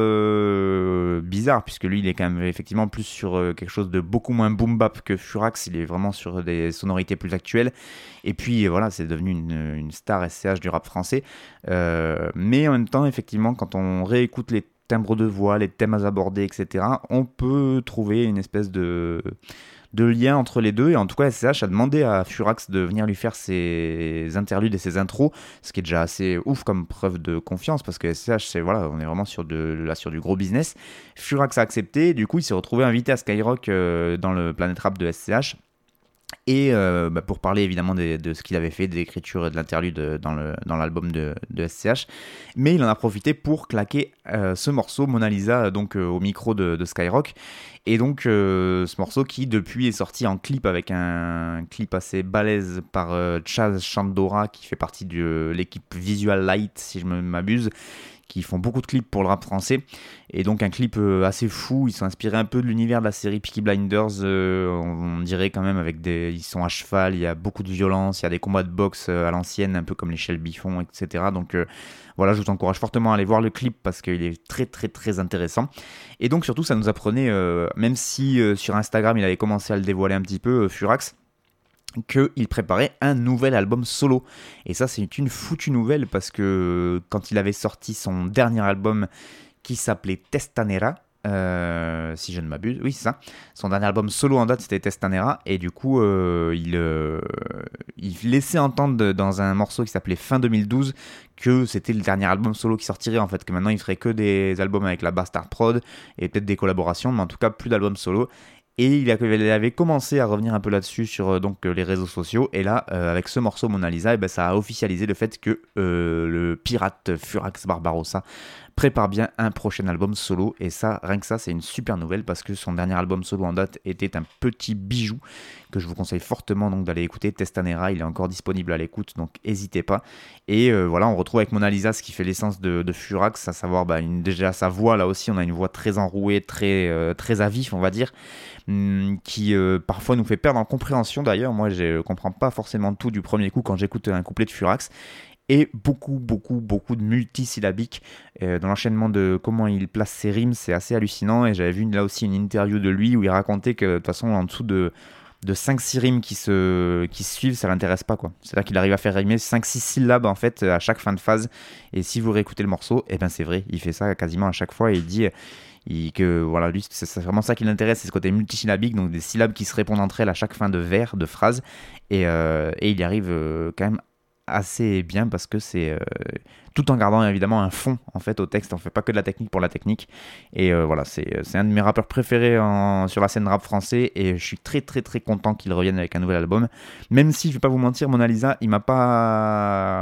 bizarre, puisque lui il est quand même effectivement plus sur quelque chose de beaucoup moins boom bap que Furax, il est vraiment sur des sonorités plus actuelles, et puis voilà, c'est devenu une star SCH du rap français, mais en même temps effectivement quand on réécoute les timbres de voix, les thèmes à aborder, etc., on peut trouver une espèce de lien entre les deux, et en tout cas SCH a demandé à Furax de venir lui faire ses interludes et ses intros, ce qui est déjà assez ouf comme preuve de confiance, parce que SCH, on est vraiment sur du gros business. Furax a accepté, du coup il s'est retrouvé invité à Skyrock dans le Planet Rap de SCH, et pour parler évidemment de ce qu'il avait fait, de l'écriture et de l'interlude dans l'album de SCH, mais il en a profité pour claquer ce morceau Mona Lisa donc au micro de Skyrock. Et donc ce morceau qui depuis est sorti en clip, avec un clip assez balèze par Chaz Chandora, qui fait partie de l'équipe Visual Light si je ne m'abuse, qui font beaucoup de clips pour le rap français, et donc un clip assez fou. Ils sont inspirés un peu de l'univers de la série Peaky Blinders, on dirait quand même, ils sont à cheval, il y a beaucoup de violence, il y a des combats de boxe à l'ancienne, un peu comme les Shelby font, etc. Donc voilà, je vous encourage fortement à aller voir le clip parce qu'il est très très très intéressant. Et donc surtout ça nous apprenait, même si sur Instagram il avait commencé à le dévoiler un petit peu, Furax, qu'il préparait un nouvel album solo. Et ça c'est une foutue nouvelle, parce que quand il avait sorti son dernier album qui s'appelait Testanera, si je ne m'abuse, oui c'est ça, son dernier album solo en date c'était Testanera, et du coup il laissait entendre dans un morceau qui s'appelait Fin 2012 que c'était le dernier album solo qui sortirait, en fait, que maintenant il ferait que des albums avec la Bastard Prod et peut-être des collaborations, mais en tout cas plus d'albums solo. Et il avait commencé à revenir un peu là-dessus sur les réseaux sociaux. Et là, avec ce morceau Mona Lisa, ça a officialisé le fait que le pirate Furax Barbarossa prépare bien un prochain album solo. Et ça, rien que ça, c'est une super nouvelle, parce que son dernier album solo en date était un petit bijou que je vous conseille fortement donc d'aller écouter. Testanera, il est encore disponible à l'écoute, donc n'hésitez pas. Et voilà, on retrouve avec Mona Lisa ce qui fait l'essence de Furax, à savoir déjà sa voix. Là aussi, on a une voix très enrouée, très à vif, on va dire, qui parfois nous fait perdre en compréhension. D'ailleurs, moi je comprends pas forcément tout du premier coup quand j'écoute un couplet de Furax, et beaucoup de multisyllabiques dans l'enchaînement de comment il place ses rimes, c'est assez hallucinant. Et j'avais vu là aussi une interview de lui où il racontait que de toute façon en dessous de 5-6 rimes qui se suivent, ça l'intéresse pas, quoi. C'est là qu'il arrive à faire rimer 5-6 syllabes en fait à chaque fin de phase. Et si vous réécoutez le morceau, c'est vrai, il fait ça quasiment à chaque fois, et il dit que voilà, lui c'est vraiment ça qui l'intéresse, c'est ce côté multisyllabique, donc des syllabes qui se répondent entre elles à chaque fin de vers, de phrase, et il y arrive quand même assez bien, parce que c'est tout en gardant évidemment un fond en fait au texte. On fait pas que de la technique pour la technique, et voilà, c'est un de mes rappeurs préférés sur la scène rap français, et je suis très très très content qu'il revienne avec un nouvel album, même si je vais pas vous mentir, Mona Lisa il m'a pas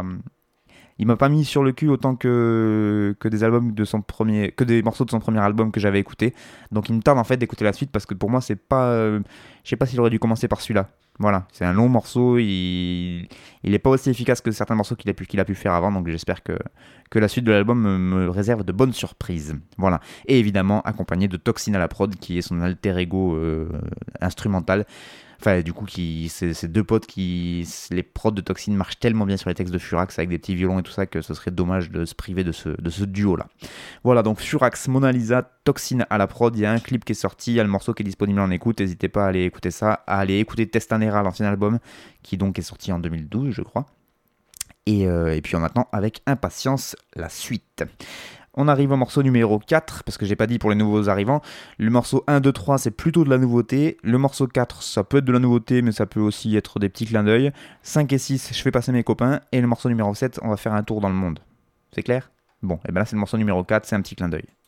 mis sur le cul autant que des albums que des morceaux de son premier album que j'avais écouté. Donc il me tarde en fait d'écouter la suite, parce que pour moi c'est pas je sais pas s'il aurait dû commencer par celui-là. Voilà, c'est un long morceau, il est pas aussi efficace que certains morceaux qu'il a pu faire avant, donc j'espère que la suite de l'album me réserve de bonnes surprises. Voilà, et évidemment accompagné de Toxin à la prod, qui est son alter ego instrumental. Enfin, du coup, c'est deux potes les prods de Toxine marchent tellement bien sur les textes de Furax avec des petits violons et tout ça que ce serait dommage de se priver de ce duo-là. Voilà, donc Furax, Mona Lisa, Toxine à la prod. Il y a un clip qui est sorti, il y a le morceau qui est disponible en écoute. N'hésitez pas à aller écouter ça, à aller écouter Testanera, l'ancien album, qui donc est sorti en 2012, je crois. Et puis on attend avec impatience la suite. On arrive au morceau numéro 4, parce que j'ai pas dit pour les nouveaux arrivants. Le morceau 1, 2, 3, c'est plutôt de la nouveauté. Le morceau 4, ça peut être de la nouveauté, mais ça peut aussi être des petits clins d'œil. 5 et 6, je fais passer mes copains. Et le morceau numéro 7, on va faire un tour dans le monde. C'est clair ? Bon, et ben là c'est le morceau numéro 4, c'est un petit clin d'œil.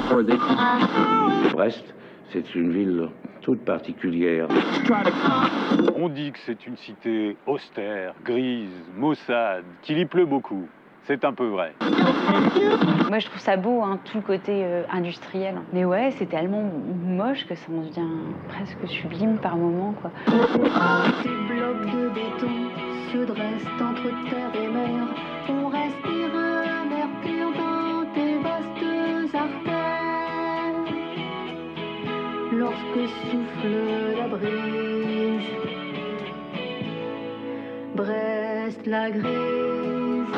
Brest, c'est une ville toute particulière. On dit que c'est une cité austère, grise, maussade, qu'il y pleut beaucoup. C'est un peu vrai. Moi, je trouve ça beau, hein, tout le côté industriel. Mais ouais, c'est tellement moche que ça en devient presque sublime par moments, quoi. Des blocs de béton se dressent entre terre et mer. On respire un air pur dans tes vastes artères. Lorsque souffle la brise, Brest la grise.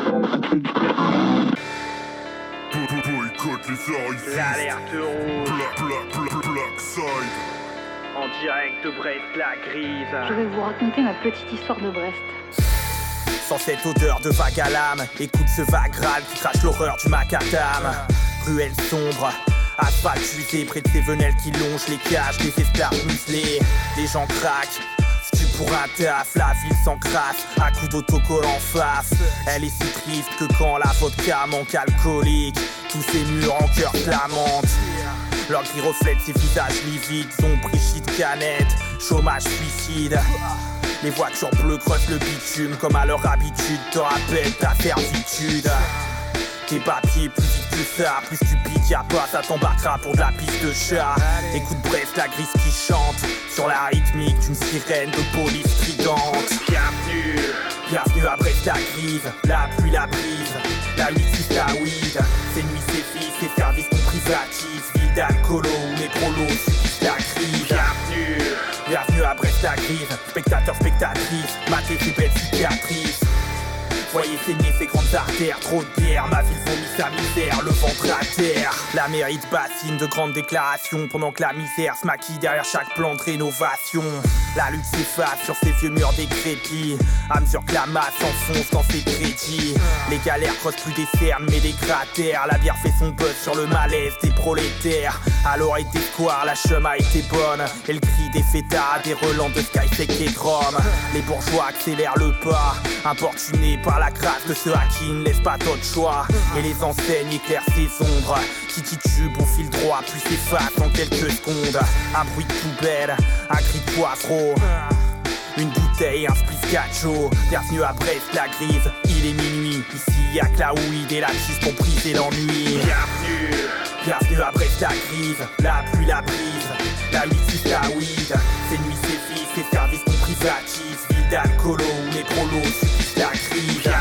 Boycott les arrivistes. L'alerte rouge. Black side. En direct de Brest la grise. Je vais vous raconter ma petite histoire de Brest. Sans cette odeur de vague à l'âme, écoute ce vague râle qui crache l'horreur du macadam. Ruelle sombre, asphalte usé près de ces venelles qui longent les cages des esclaves muselés. Les gens craquent. Pour un taf, la ville s'encrasse à coups d'autocollants en face. Elle est si triste que quand la vodka manque alcoolique, tous ces murs en cœur flammente. Leur gris reflète ces visages livides, son brichis de canette, chômage suicide. Les voitures bleues creusent le bitume comme à leur habitude, te rappellent ta servitude. Tes papiers plus vite que ça, plus tu piques y'a pas, ça t'embarquera pour de la piste de chat. Écoute Brest, la grise qui chante sur la rythmique d'une sirène de police stridente. Bienvenue à Brest la grise, la pluie la brise, la nuit c'est la weed. Ces nuits c'est fils, ces services qu'on privatise, ville d'alcoolo où les prolos subissent la crise. Bienvenue à Brest la grise, spectateurs, spectatrices, matez ces belles cicatrices. Voyez saigner ses grandes artères, trop de bière, ma ville vomit sa misère, le ventre à terre. La mairie bassine de grandes déclarations, pendant que la misère se maquille derrière chaque plan de rénovation. La lutte s'efface sur ces vieux murs décrépits, à mesure que la masse s'enfonce dans ses crédits. Les galères creusent plus des cernes mais des cratères, la bière fait son buzz sur le malaise des prolétaires. Alors était quoi, la chum a été bonne, et le cri des fêtards, des relents de Skytech et Drum. Les bourgeois accélèrent le pas, importunés par la crasse de ceux à qui ne laisse pas d'autre choix. Et les enseignes éclairent ces ombres qui titubent au fil droit puis s'effacent en quelques secondes. Un bruit de poubelle, un cri de poivreau, une bouteille, un spliff gacho. Bienvenue à Brest la grise, il est minuit. Ici y'a que la weed et la cheese pour briser l'ennui. Bienvenue à Brest la grise, la pluie la brise, la nuit c'est la weed. Ces nuits c'est fils, ces services qu'on privatise, ville d'alcoolo où les prolos subissent la crise.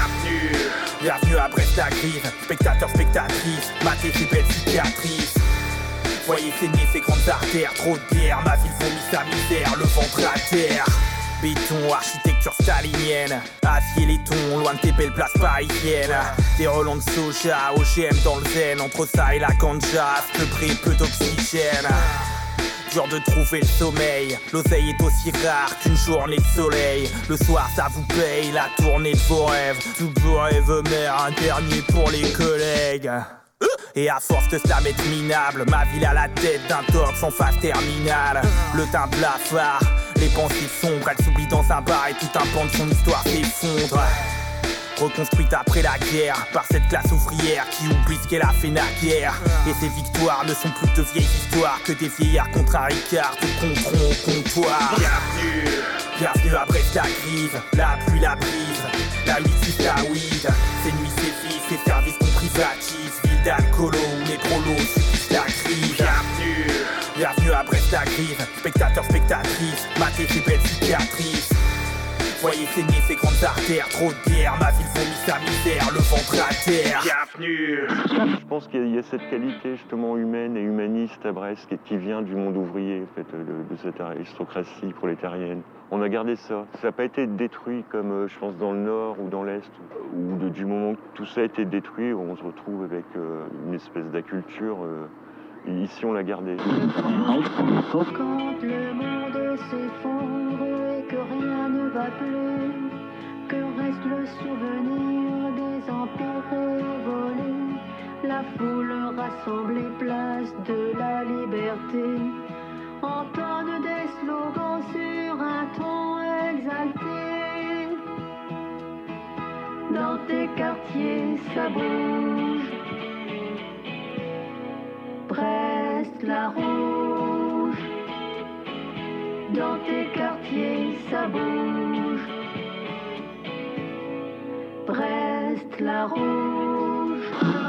Bienvenue à Brest la grise, spectateurs, spectatrices, matez ces belles cicatrices. Voyez saigner ces grandes artères, trop de bière, ma ville vomit sa misère, le ventre à terre. Béton, architecture stalinienne, acier les tons, loin de tes belles places parisiennes. Des relents de soja, OGM dans le zen, entre ça et la ganja, peu près peu d'oxygène. Dur de trouver le sommeil, l'oseille est aussi rare qu'une journée de soleil. Le soir ça vous paye, la tournée de vos rêves. Tout beau rêve mère, un dernier pour les collègues. Et à force de se la mettre minable, ma ville à la tête d'un tox en phase terminale. Le teint blafard, les pensées sombres, elles s'oublient dans un bar et tout un pan de son histoire s'effondre. Reconstruite après la guerre par cette classe ouvrière qui oublie ce qu'elle a fait naguère. Et ces victoires ne sont plus que de vieilles histoires, que des vieillards contre un Ricard te compteront au comptoir. Bienvenue à Brest la grise, la pluie la brise, la nuit c'est la weed. Ces nuits c'est fils, ces services qu'on privatise, ville d'alcoolo où les prolos subissent la crise. Bienvenue à Brest la grise, spectateurs, spectatrices, matez ces belles cicatrices. Foyer saigné, ses grandes artères, trop de bière, ma ville vomit sa misère, le ventre à terre. Bienvenue. Je pense qu'il y a cette qualité justement humaine et humaniste à Brest qui vient du monde ouvrier, en fait, de cette aristocratie prolétarienne. On a gardé ça. Ça n'a pas été détruit comme je pense dans le nord ou dans l'est, où du moment que tout ça a été détruit, on se retrouve avec une espèce d'acculture. Ici, on l'a gardé. Quand le monde s'effondre et que rien ne va plus, que reste le souvenir des empires révolés, la foule rassemblée place de la liberté entonne des slogans sur un ton exalté. Dans tes quartiers, ça bouge. Brest la rouge. Dans tes quartiers, ça bouge. Brest la rouge.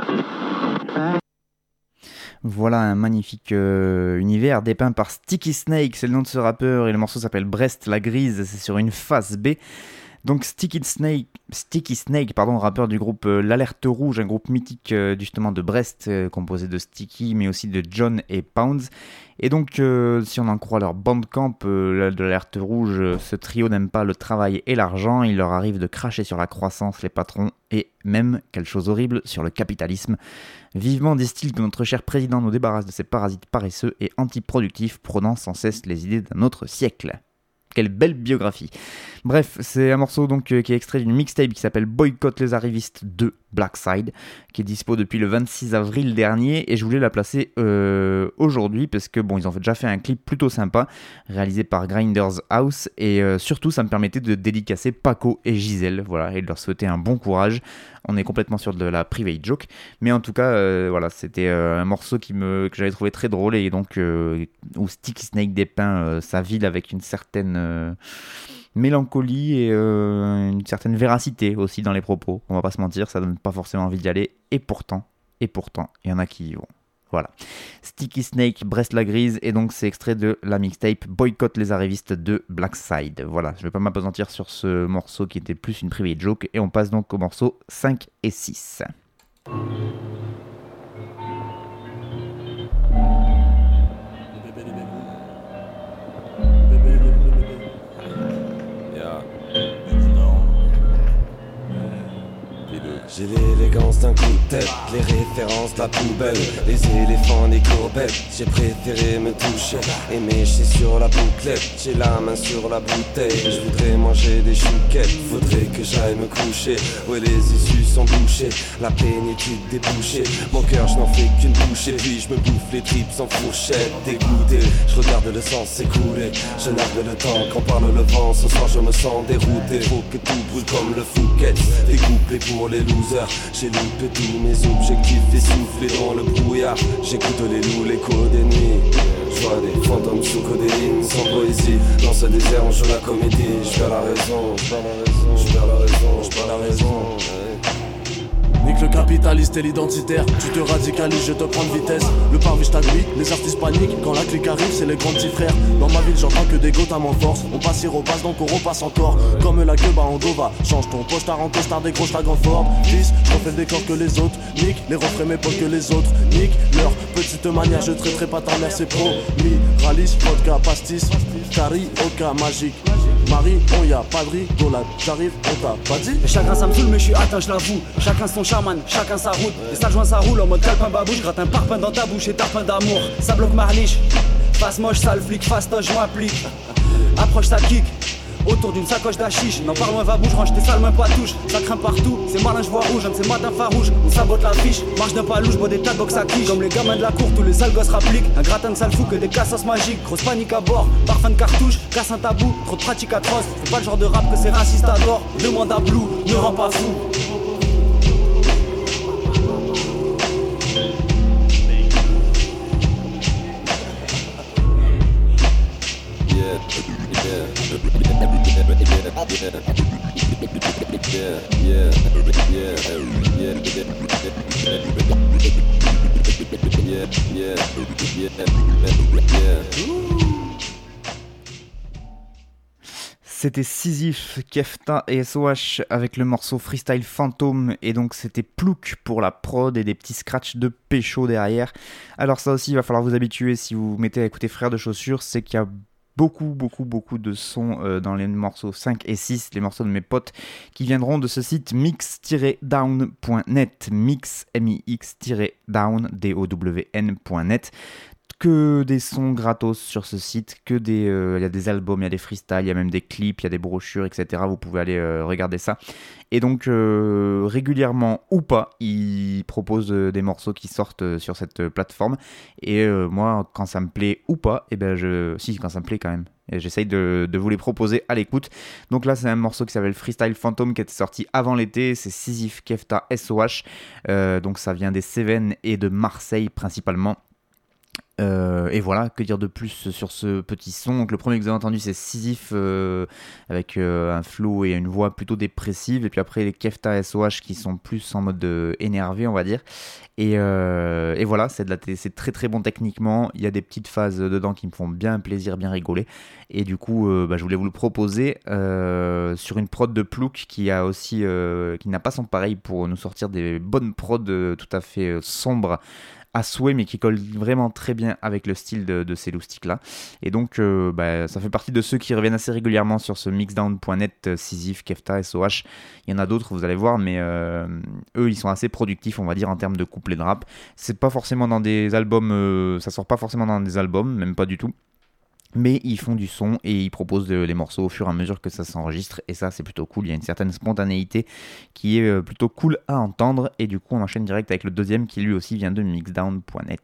Voilà un magnifique univers dépeint par Sticky Snake, c'est le nom de ce rappeur et le morceau s'appelle Brest la Grise, c'est sur une face B. Donc Sticky Snake, rappeur du groupe L'Alerte Rouge, un groupe mythique justement de Brest, composé de Sticky mais aussi de John et Pounds. Et donc si on en croit leur bandcamp de L'Alerte Rouge, ce trio n'aime pas le travail et l'argent, il leur arrive de cracher sur la croissance les patrons et même, quelque chose horrible, sur le capitalisme. Vivement disent-ils que notre cher président nous débarrasse de ces parasites paresseux et antiproductifs, prônant sans cesse les idées d'un autre siècle. Quelle belle biographie. Bref, c'est un morceau donc qui est extrait d'une mixtape qui s'appelle Boycott les arrivistes 2 Blackside, qui est dispo depuis le 26 avril dernier, et je voulais la placer aujourd'hui parce que bon, ils ont déjà fait un clip plutôt sympa réalisé par Grinders House, et surtout ça me permettait de dédicacer Paco et Gisèle, voilà, et de leur souhaiter un bon courage. On est complètement sur de la private joke, mais en tout cas voilà, c'était un morceau que j'avais trouvé très drôle, et donc où Sticky Snake dépeint sa ville avec une certaine mélancolie et une certaine véracité aussi dans les propos. On va pas se mentir, ça donne pas forcément envie d'y aller, et pourtant, il y en a qui y vont. Voilà. Sticky Snake, Brest la Grise, et donc c'est extrait de la mixtape Boycott les arrivistes de Blackside. Voilà, je vais pas m'apesantir sur ce morceau qui était plus une private joke, et on passe donc aux morceaux 5 et 6. J'ai l'élégance d'un coup de tête, les références de la poubelle, les éléphants, les courbettes. J'ai préféré me toucher et m'écher sur la bouclette. J'ai la main sur la bouteille, je voudrais manger des chouquettes. Faudrait que j'aille me coucher, ouais les issues sont bouchées. La plénitude débouchée, mon cœur je n'en fais qu'une bouchée. Puis je me bouffe les tripes sans fourchette. Dégoûté, je regarde le sang s'écouler. Je nargue le temps quand parle le vent. Ce soir je me sens dérouté, faut que tout brûle comme le Fouquet. Découpé pour les losers, j'ai loupé tous mes objectifs essoufflés dans le brouillard. J'écoute les loups, l'écho des nuits. Je vois des fantômes sous codéine, sans poésie. Dans ce désert on joue la comédie. Je perds la raison, je perds la raison. Nique le capitaliste et l'identitaire. Tu te radicalises, je te prends de vitesse. Le parvis t'agrille, les artistes paniquent. Quand la clique arrive, c'est les grands petits frères. Dans ma ville, j'entends que des gotham en force. On passe, ils repassent, donc on repasse encore. Comme la queue, en dova. Change ton postard en costard, des grosses tags en Ford. Fils, je refais le décor que les autres. Nique les refrains, mes potes que les autres. Nique leur petite manière, je traiterai pas ta mère, c'est promis. Ralice, vodka, pastis, carioca, magique. Marie, on y a pas de rigolade, j'arrive, on t'a pas dit. Et chacun ça me saoule mais je suis atteint, je l'avoue. Chacun son chaman, chacun sa route. Et ça joint ça roule en mode calepin babouche. Gratte un parpaing dans ta bouche et tarpin d'amour. Ça bloque marliche, face moche, sale flic, fastoche, je m'applique. Approche ça kick, autour d'une sacoche d'hachiche. N'en parle loin, va bouge, range tes sales mains pas touche. Ça craint partout, c'est malin, je vois rouge, un de ces matins farouches. On sabote la fiche, marche d'un pas louche, bois des tas de box à quiche. Comme les gamins de la cour, tous les sales gosses rappliquent. Un gratin de sale fou que des cassos magiques. Grosse panique à bord, parfum de cartouche, casse un tabou, trop de pratiques atroces. C'est pas le genre de rap que c'est raciste adore. Demande à Blue, ne rend pas fou. C'était Sisyphe, Kefta et SOH avec le morceau Freestyle Phantom, et donc c'était Plouk pour la prod et des petits scratchs de pécho derrière. Alors ça aussi il va falloir vous habituer si vous vous mettez à écouter Frères de Chaussures, c'est qu'il y a beaucoup de sons dans les morceaux 5 et 6, les morceaux de mes potes qui viendront de ce site mix-down.net, mix-down.net. Que des sons gratos sur ce site, il y a des albums, il y a des freestyles, il y a même des clips, il y a des brochures, etc. Vous pouvez aller regarder ça. Et donc régulièrement ou pas, ils proposent des morceaux qui sortent sur cette plateforme. Et moi, quand ça me plaît ou pas, quand ça me plaît quand même. Et j'essaye de vous les proposer à l'écoute. Donc là, c'est un morceau qui s'appelle Freestyle Phantom qui était sorti avant l'été. C'est Sisyphe, Kefta, SOH. Donc ça vient des Cévennes et de Marseille principalement. Et voilà, que dire de plus sur ce petit son. Donc le premier que vous avez entendu, c'est Sisyphe avec un flow et une voix plutôt dépressive, et puis après les Kefta SOH qui sont plus en mode énervé, on va dire. Et voilà, c'est très très bon techniquement. Il y a des petites phases dedans qui me font bien plaisir, bien rigoler, et du coup je voulais vous le proposer sur une prod de Plouk qui n'a pas son pareil pour nous sortir des bonnes prods tout à fait sombres à souhait, mais qui colle vraiment très bien avec le style de ces loustiques là. Et donc ça fait partie de ceux qui reviennent assez régulièrement sur ce mixdown.net, Sisyphe, Kefta, SOH. Il y en a d'autres, vous allez voir, mais eux ils sont assez productifs, on va dire, en termes de couplets de rap. C'est pas forcément dans des albums, ça sort pas forcément dans des albums, même pas du tout. Mais ils font du son et ils proposent les morceaux au fur et à mesure que ça s'enregistre, et ça c'est plutôt cool. Il y a une certaine spontanéité qui est plutôt cool à entendre, et du coup on enchaîne direct avec le deuxième qui lui aussi vient de mixdown.net.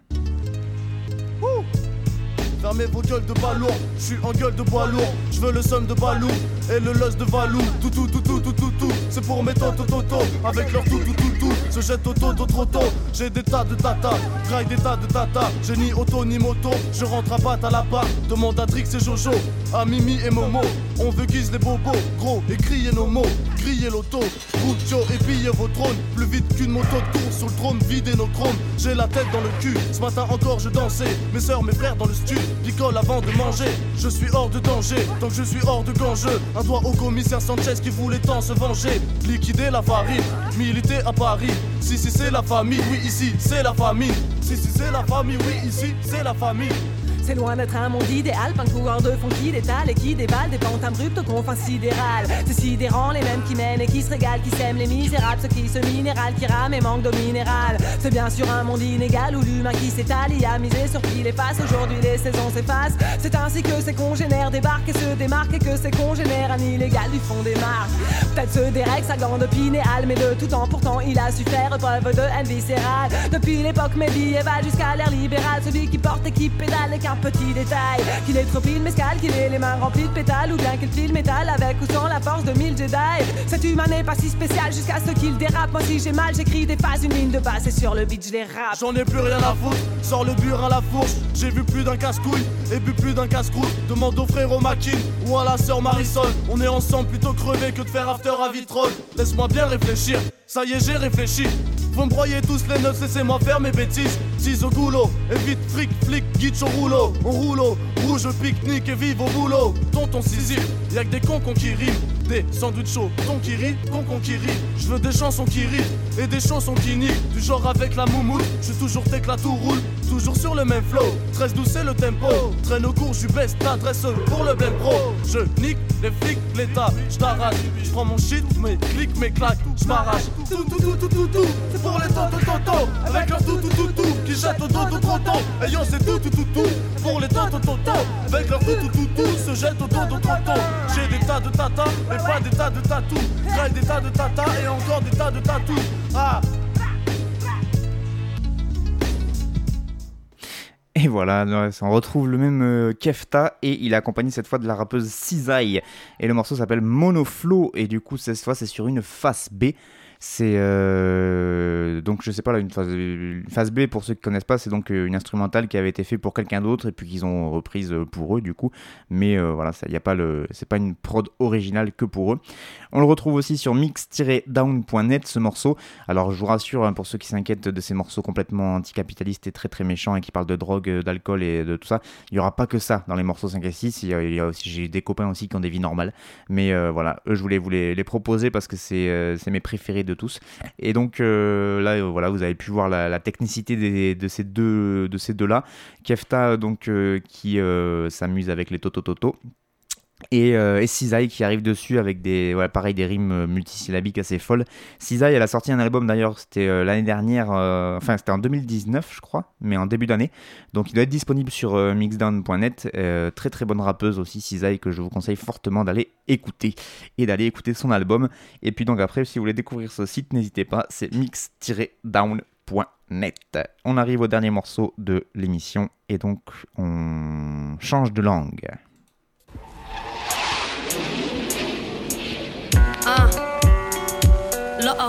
Fermez vos gueules de ballon, je suis en gueule de bois lourd. Je veux le somme de Balou et le los de Valou. Tout, c'est pour mes toto avec leur tout. Se jette auto, j'ai des tas de tata, graille des tas de tata. J'ai ni auto ni moto, je rentre à batte à la barre. Demande à Drix et Jojo, à Mimi et Momo. On veut guise les bobos, gros, et crier nos mots. Griller l'auto, Rucho et piller vos trônes. Plus vite qu'une moto de course sur le trône, vider nos chromes. J'ai la tête dans le cul, ce matin encore je dansais. Mes sœurs, mes frères dans le studio, picole avant de manger. Je suis hors de danger, tant que je suis hors de gangeux. Un doigt au commissaire Sanchez qui voulait tant se venger. Liquider la farine, militer à Paris. Si c'est la famille, oui ici c'est la famille. Si c'est la famille, oui ici c'est la famille. C'est loin d'être un monde idéal, plein de coureurs de fond qui détalent et qui dévalent des pentes abruptes aux confins sidérales. C'est sidérant, les mêmes qui mènent et qui se régalent, qui s'aiment les misérables, ceux qui se minéralent, qui rament et manquent d'eau minérale. C'est bien sûr un monde inégal où l'humain qui s'étale y a misé sur qui les fasse. Aujourd'hui les saisons s'effacent. C'est ainsi que ses congénères débarquent et se démarquent, et que ses congénères un illégal lui font des marques. Peut-être se dérègle sa glande pinéale, mais de tout temps pourtant il a su faire preuve de haine viscérale. Depuis l'époque médiévale jusqu'à l'ère libérale, celui qui porte et qui pédale et un petit détail, qu'il est trop pile mescal, qu'il ait les mains remplies de pétales, ou bien qu'il file métal avec ou sans la force de 1000 Jedi. Cet humain n'est pas si spécial jusqu'à ce qu'il dérape. Moi si j'ai mal j'écris des phases, une ligne de basse et sur le beat je les rappe. J'en ai plus rien à foutre, sors le burin à la fourche. J'ai vu plus d'un casse-couille et bu plus d'un casse-croûte. Demande au frère Makin ou à la sœur Marisol. On est ensemble plutôt crevé que de faire after à Vitrolles. Laisse-moi bien réfléchir, ça y est j'ai réfléchi. Vous me broyez tous les neufs, laissez-moi faire mes bêtises. 6 au goulot, évite fric, flic, guitch au rouleau. On rouleau, rouge, pique-nique et vive au boulot. Tonton Sisyphe, y'a que des concons qui riment. Des sandwichs chauds, ton qui rit, concon qui rit. Je veux des chansons qui rient et des chansons qui nient. Du genre avec la moumoute, je suis toujours tecla tout roule. Toujours sur le même flow, 13-12 c'est le tempo. Traîne au cours, je baisse t'adresse pour le blême pro. Je nique les flics, l'état, je t'arrache. Je prends mon shit, mes clics, mes claques, je m'arrache. Tout, c'est pour les tontons, avec leur tout, qui jettent au dos trotton. Et yo c'est tout, pour les tontons, avec leur tout, se jettent au dos trotton. J'ai des tas de tata, mais pas des tas de tatous. Graille des tas de tata et encore des tas de tatous. Ah. Et voilà, on retrouve le même Kefta, et il est accompagné cette fois de la rappeuse Cisaille. Et le morceau s'appelle Monoflow, et du coup cette fois c'est sur une face B. C'est donc je sais pas là une phase B pour ceux qui connaissent pas, c'est donc une instrumentale qui avait été faite pour quelqu'un d'autre et puis qu'ils ont reprise pour eux du coup, mais voilà, ça y a pas c'est pas une prod originale que pour eux. On le retrouve aussi sur mix-down.net ce morceau. Alors je vous rassure pour ceux qui s'inquiètent de ces morceaux complètement anticapitalistes et très très méchants et qui parlent de drogue, d'alcool et de tout ça, il y aura pas que ça dans les morceaux 5 et 6, il y a aussi, j'ai des copains aussi qui ont des vies normales, mais voilà, eux je voulais vous les proposer parce que c'est mes préférés de tous. Et donc là voilà, vous avez pu voir la technicité de ces deux là. Kefta donc qui s'amuse avec les Toto et Cisaille qui arrive dessus avec des rimes multisyllabiques assez folles. Cisaille, elle a sorti un album d'ailleurs, c'était l'année dernière, c'était en 2019 je crois, mais en début d'année, donc il doit être disponible sur mixdown.net. Très très bonne rappeuse aussi Cisaille, que je vous conseille fortement d'aller écouter et d'aller écouter son album. Et puis donc après, si vous voulez découvrir ce site, n'hésitez pas, c'est mix-down.net. On arrive au dernier morceau de l'émission et donc on change de langue. Lotto,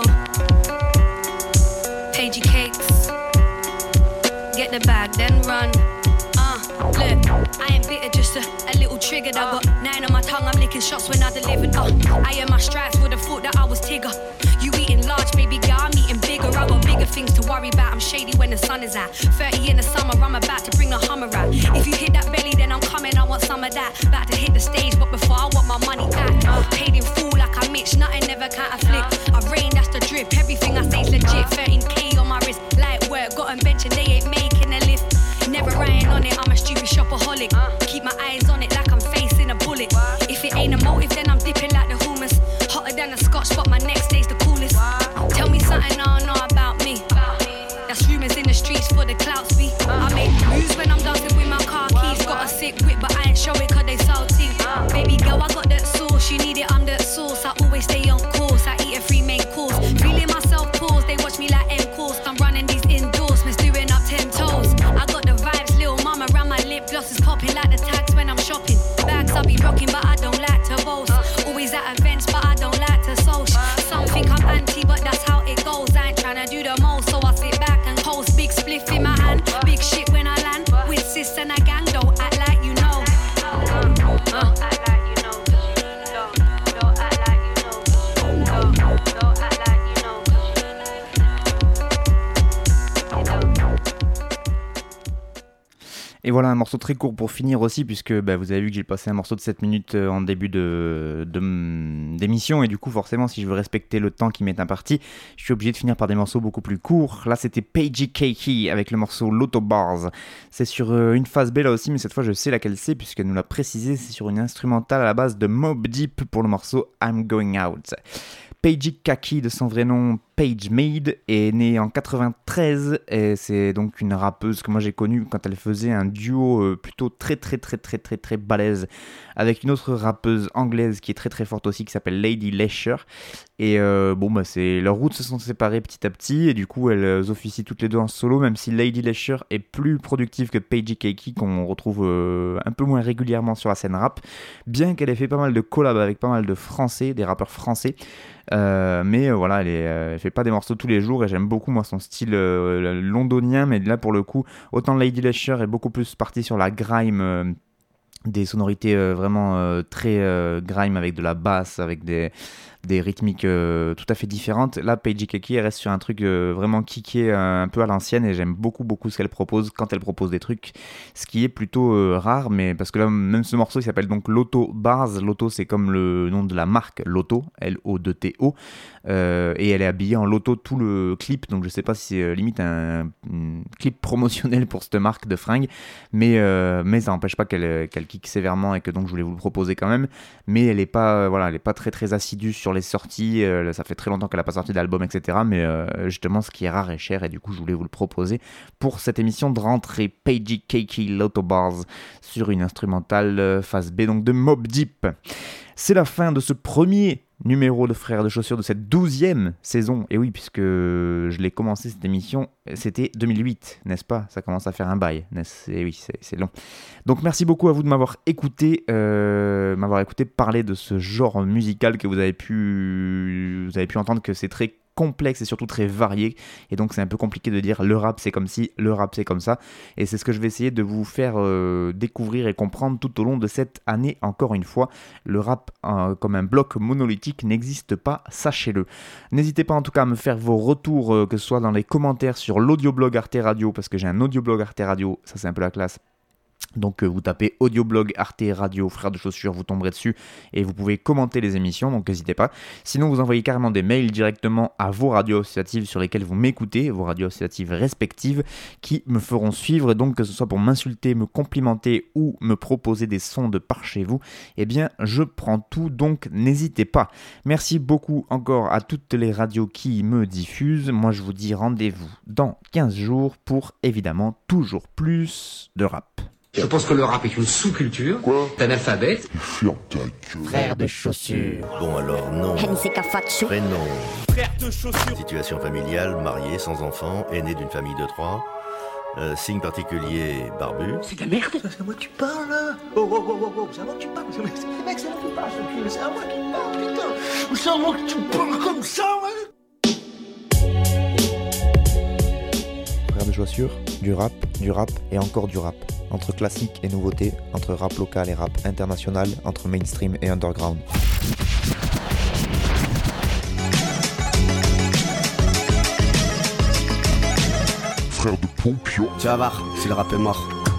Pagey Cakes, get the bag, then run. Look, I ain't bitter, just a little triggered. I got 9 on my tongue, I'm licking shots when I delivered. I am my stripes, would've thought that I was Tigger. You eating large, baby girl, I'm eating bigger. I got bigger things to worry about, I'm shady when the sun is out. 30 in the summer, I'm about to bring the Hummer out. If you hit that belly, then I'm coming, I want some of that. About to hit the stage, but before I want my money back. Paid in full like I Mitch, nothing never counterfeit. I rain, that's the drip, everything I say's legit. 13k on my wrist, light work, got 'em bench and they ain't making a lift. Never riding on it, I'm a stupid shopaholic. Keep my eyes on it like I'm facing a bullet. If it ain't a motive, then I'm dipping like the hummus. Hotter than a scotch, but my next day's the coolest. Tell me something I don't know about me. That's rumours in the streets for the clout speak. I make moves when I'm dancing with my car keys. Got a sick whip, but I ain't show it 'cause they salty. Baby girl, I got that sauce, you need it, I'm that sauce. I always stay on course, I eat a 3 main course. Feeling myself pause, they watch me like M-course. I'm running these endorsements, doing up 10 toes. I got the vibes, little mama around my lip gloss is popping like the tags when I'm shopping. Bags I be rocking, but I don't like to boast. Always at events, but I don't like to social. Some think I'm anti, but that's how it goes. I ain't tryna do the most, so I sit back and coast. Big spliff in my hand, big shit when I land. With sis and a gang, don't act like you know. Don't act like you know. Don't act like you know. Don't act like you know. Et voilà un morceau très court pour finir aussi, puisque vous avez vu que j'ai passé un morceau de 7 minutes en début d'émission, et du coup forcément si je veux respecter le temps qui m'est imparti, je suis obligé de finir par des morceaux beaucoup plus courts. Là c'était Pagey Cakey avec le morceau Lotto Bars. C'est sur une phase B là aussi, mais cette fois je sais laquelle c'est puisqu'elle nous l'a précisé, c'est sur une instrumentale à la base de Mobb Deep pour le morceau I'm Going Out. Pagey Cakey, de son vrai nom Paige Made, est née en 93 et c'est donc une rappeuse que moi j'ai connue quand elle faisait un duo plutôt très balèze avec une autre rappeuse anglaise qui est très forte aussi, qui s'appelle Lady Lesher. Et leurs routes se sont séparées petit à petit et du coup elles officient toutes les deux en solo, même si Lady Lesher est plus productive que Pagey Cakey, qu'on retrouve un peu moins régulièrement sur la scène rap, bien qu'elle ait fait pas mal de collabs avec pas mal de français, des rappeurs français. Mais voilà, elle fait pas des morceaux tous les jours et j'aime beaucoup moi son style londonien, mais là pour le coup autant Lady Lesher est beaucoup plus partie sur la grime, des sonorités vraiment très grime avec de la basse, avec des rythmiques tout à fait différentes. Là Pagey Cakey reste sur un truc vraiment kické un peu à l'ancienne et j'aime beaucoup ce qu'elle propose quand elle propose des trucs, ce qui est plutôt rare, mais parce que là même ce morceau il s'appelle donc Lotto Bars. Lotto c'est comme le nom de la marque Lotto, L-O-2-T-O, et elle est habillée en Lotto tout le clip, donc je sais pas si c'est limite un clip promotionnel pour cette marque de fringues, mais ça n'empêche pas qu'elle kick sévèrement et que donc je voulais vous le proposer quand même. Mais elle est pas très assidue sur les sorties, ça fait très longtemps qu'elle a pas sorti d'album etc, mais justement ce qui est rare est cher et du coup je voulais vous le proposer pour cette émission de rentrée. Pagey Cakey, Lotto Bars sur une instrumentale phase B donc de Mobb Deep. C'est la fin de ce premier numéro de Frères de Chaussures de cette 12e saison. Et oui, puisque je l'ai commencé cette émission, c'était 2008, n'est-ce pas ? Ça commence à faire un bail. Et oui, c'est long. Donc merci beaucoup à vous de m'avoir écouté parler de ce genre musical que vous avez pu entendre que c'est très complexe et surtout très varié, et donc c'est un peu compliqué de dire le rap c'est comme ci, le rap c'est comme ça, et c'est ce que je vais essayer de vous faire découvrir et comprendre tout au long de cette année. Encore une fois, le rap comme un bloc monolithique n'existe pas, sachez-le. N'hésitez pas en tout cas à me faire vos retours, que ce soit dans les commentaires sur l'audioblog Arte Radio, parce que j'ai un audioblog Arte Radio, ça c'est un peu la classe. Donc vous tapez audioblog Arte Radio Frères de Chaussures, vous tomberez dessus et vous pouvez commenter les émissions, donc n'hésitez pas. Sinon vous envoyez carrément des mails directement à vos radios associatives sur lesquelles vous m'écoutez, vos radios associatives respectives, qui me feront suivre, donc que ce soit pour m'insulter, me complimenter ou me proposer des sons de par chez vous, eh bien je prends tout, donc n'hésitez pas. Merci beaucoup encore à toutes les radios qui me diffusent. Moi je vous dis rendez-vous dans 15 jours pour évidemment toujours plus de rap. Je pense que le rap est une sous-culture. Quoi? T'es analphabète. Ferme ta gueule. Frère de chaussures. Bon alors non. Prénom. Frère de chaussures. Situation familiale, marié, sans enfant, aîné d'une famille de 3. Signe particulier, barbu. C'est de la merde. C'est à moi que tu parles là. Oh, c'est à moi que tu parles. Mec, c'est à moi que tu parles, c'est à moi qui parle, putain. C'est à moi que tu parles comme ça, ouais. Frères de chaussures, du rap et encore du rap. Entre classique et nouveauté, entre rap local et rap international, entre mainstream et underground. Frère de Pompion. Tu vas voir, si le rap est mort.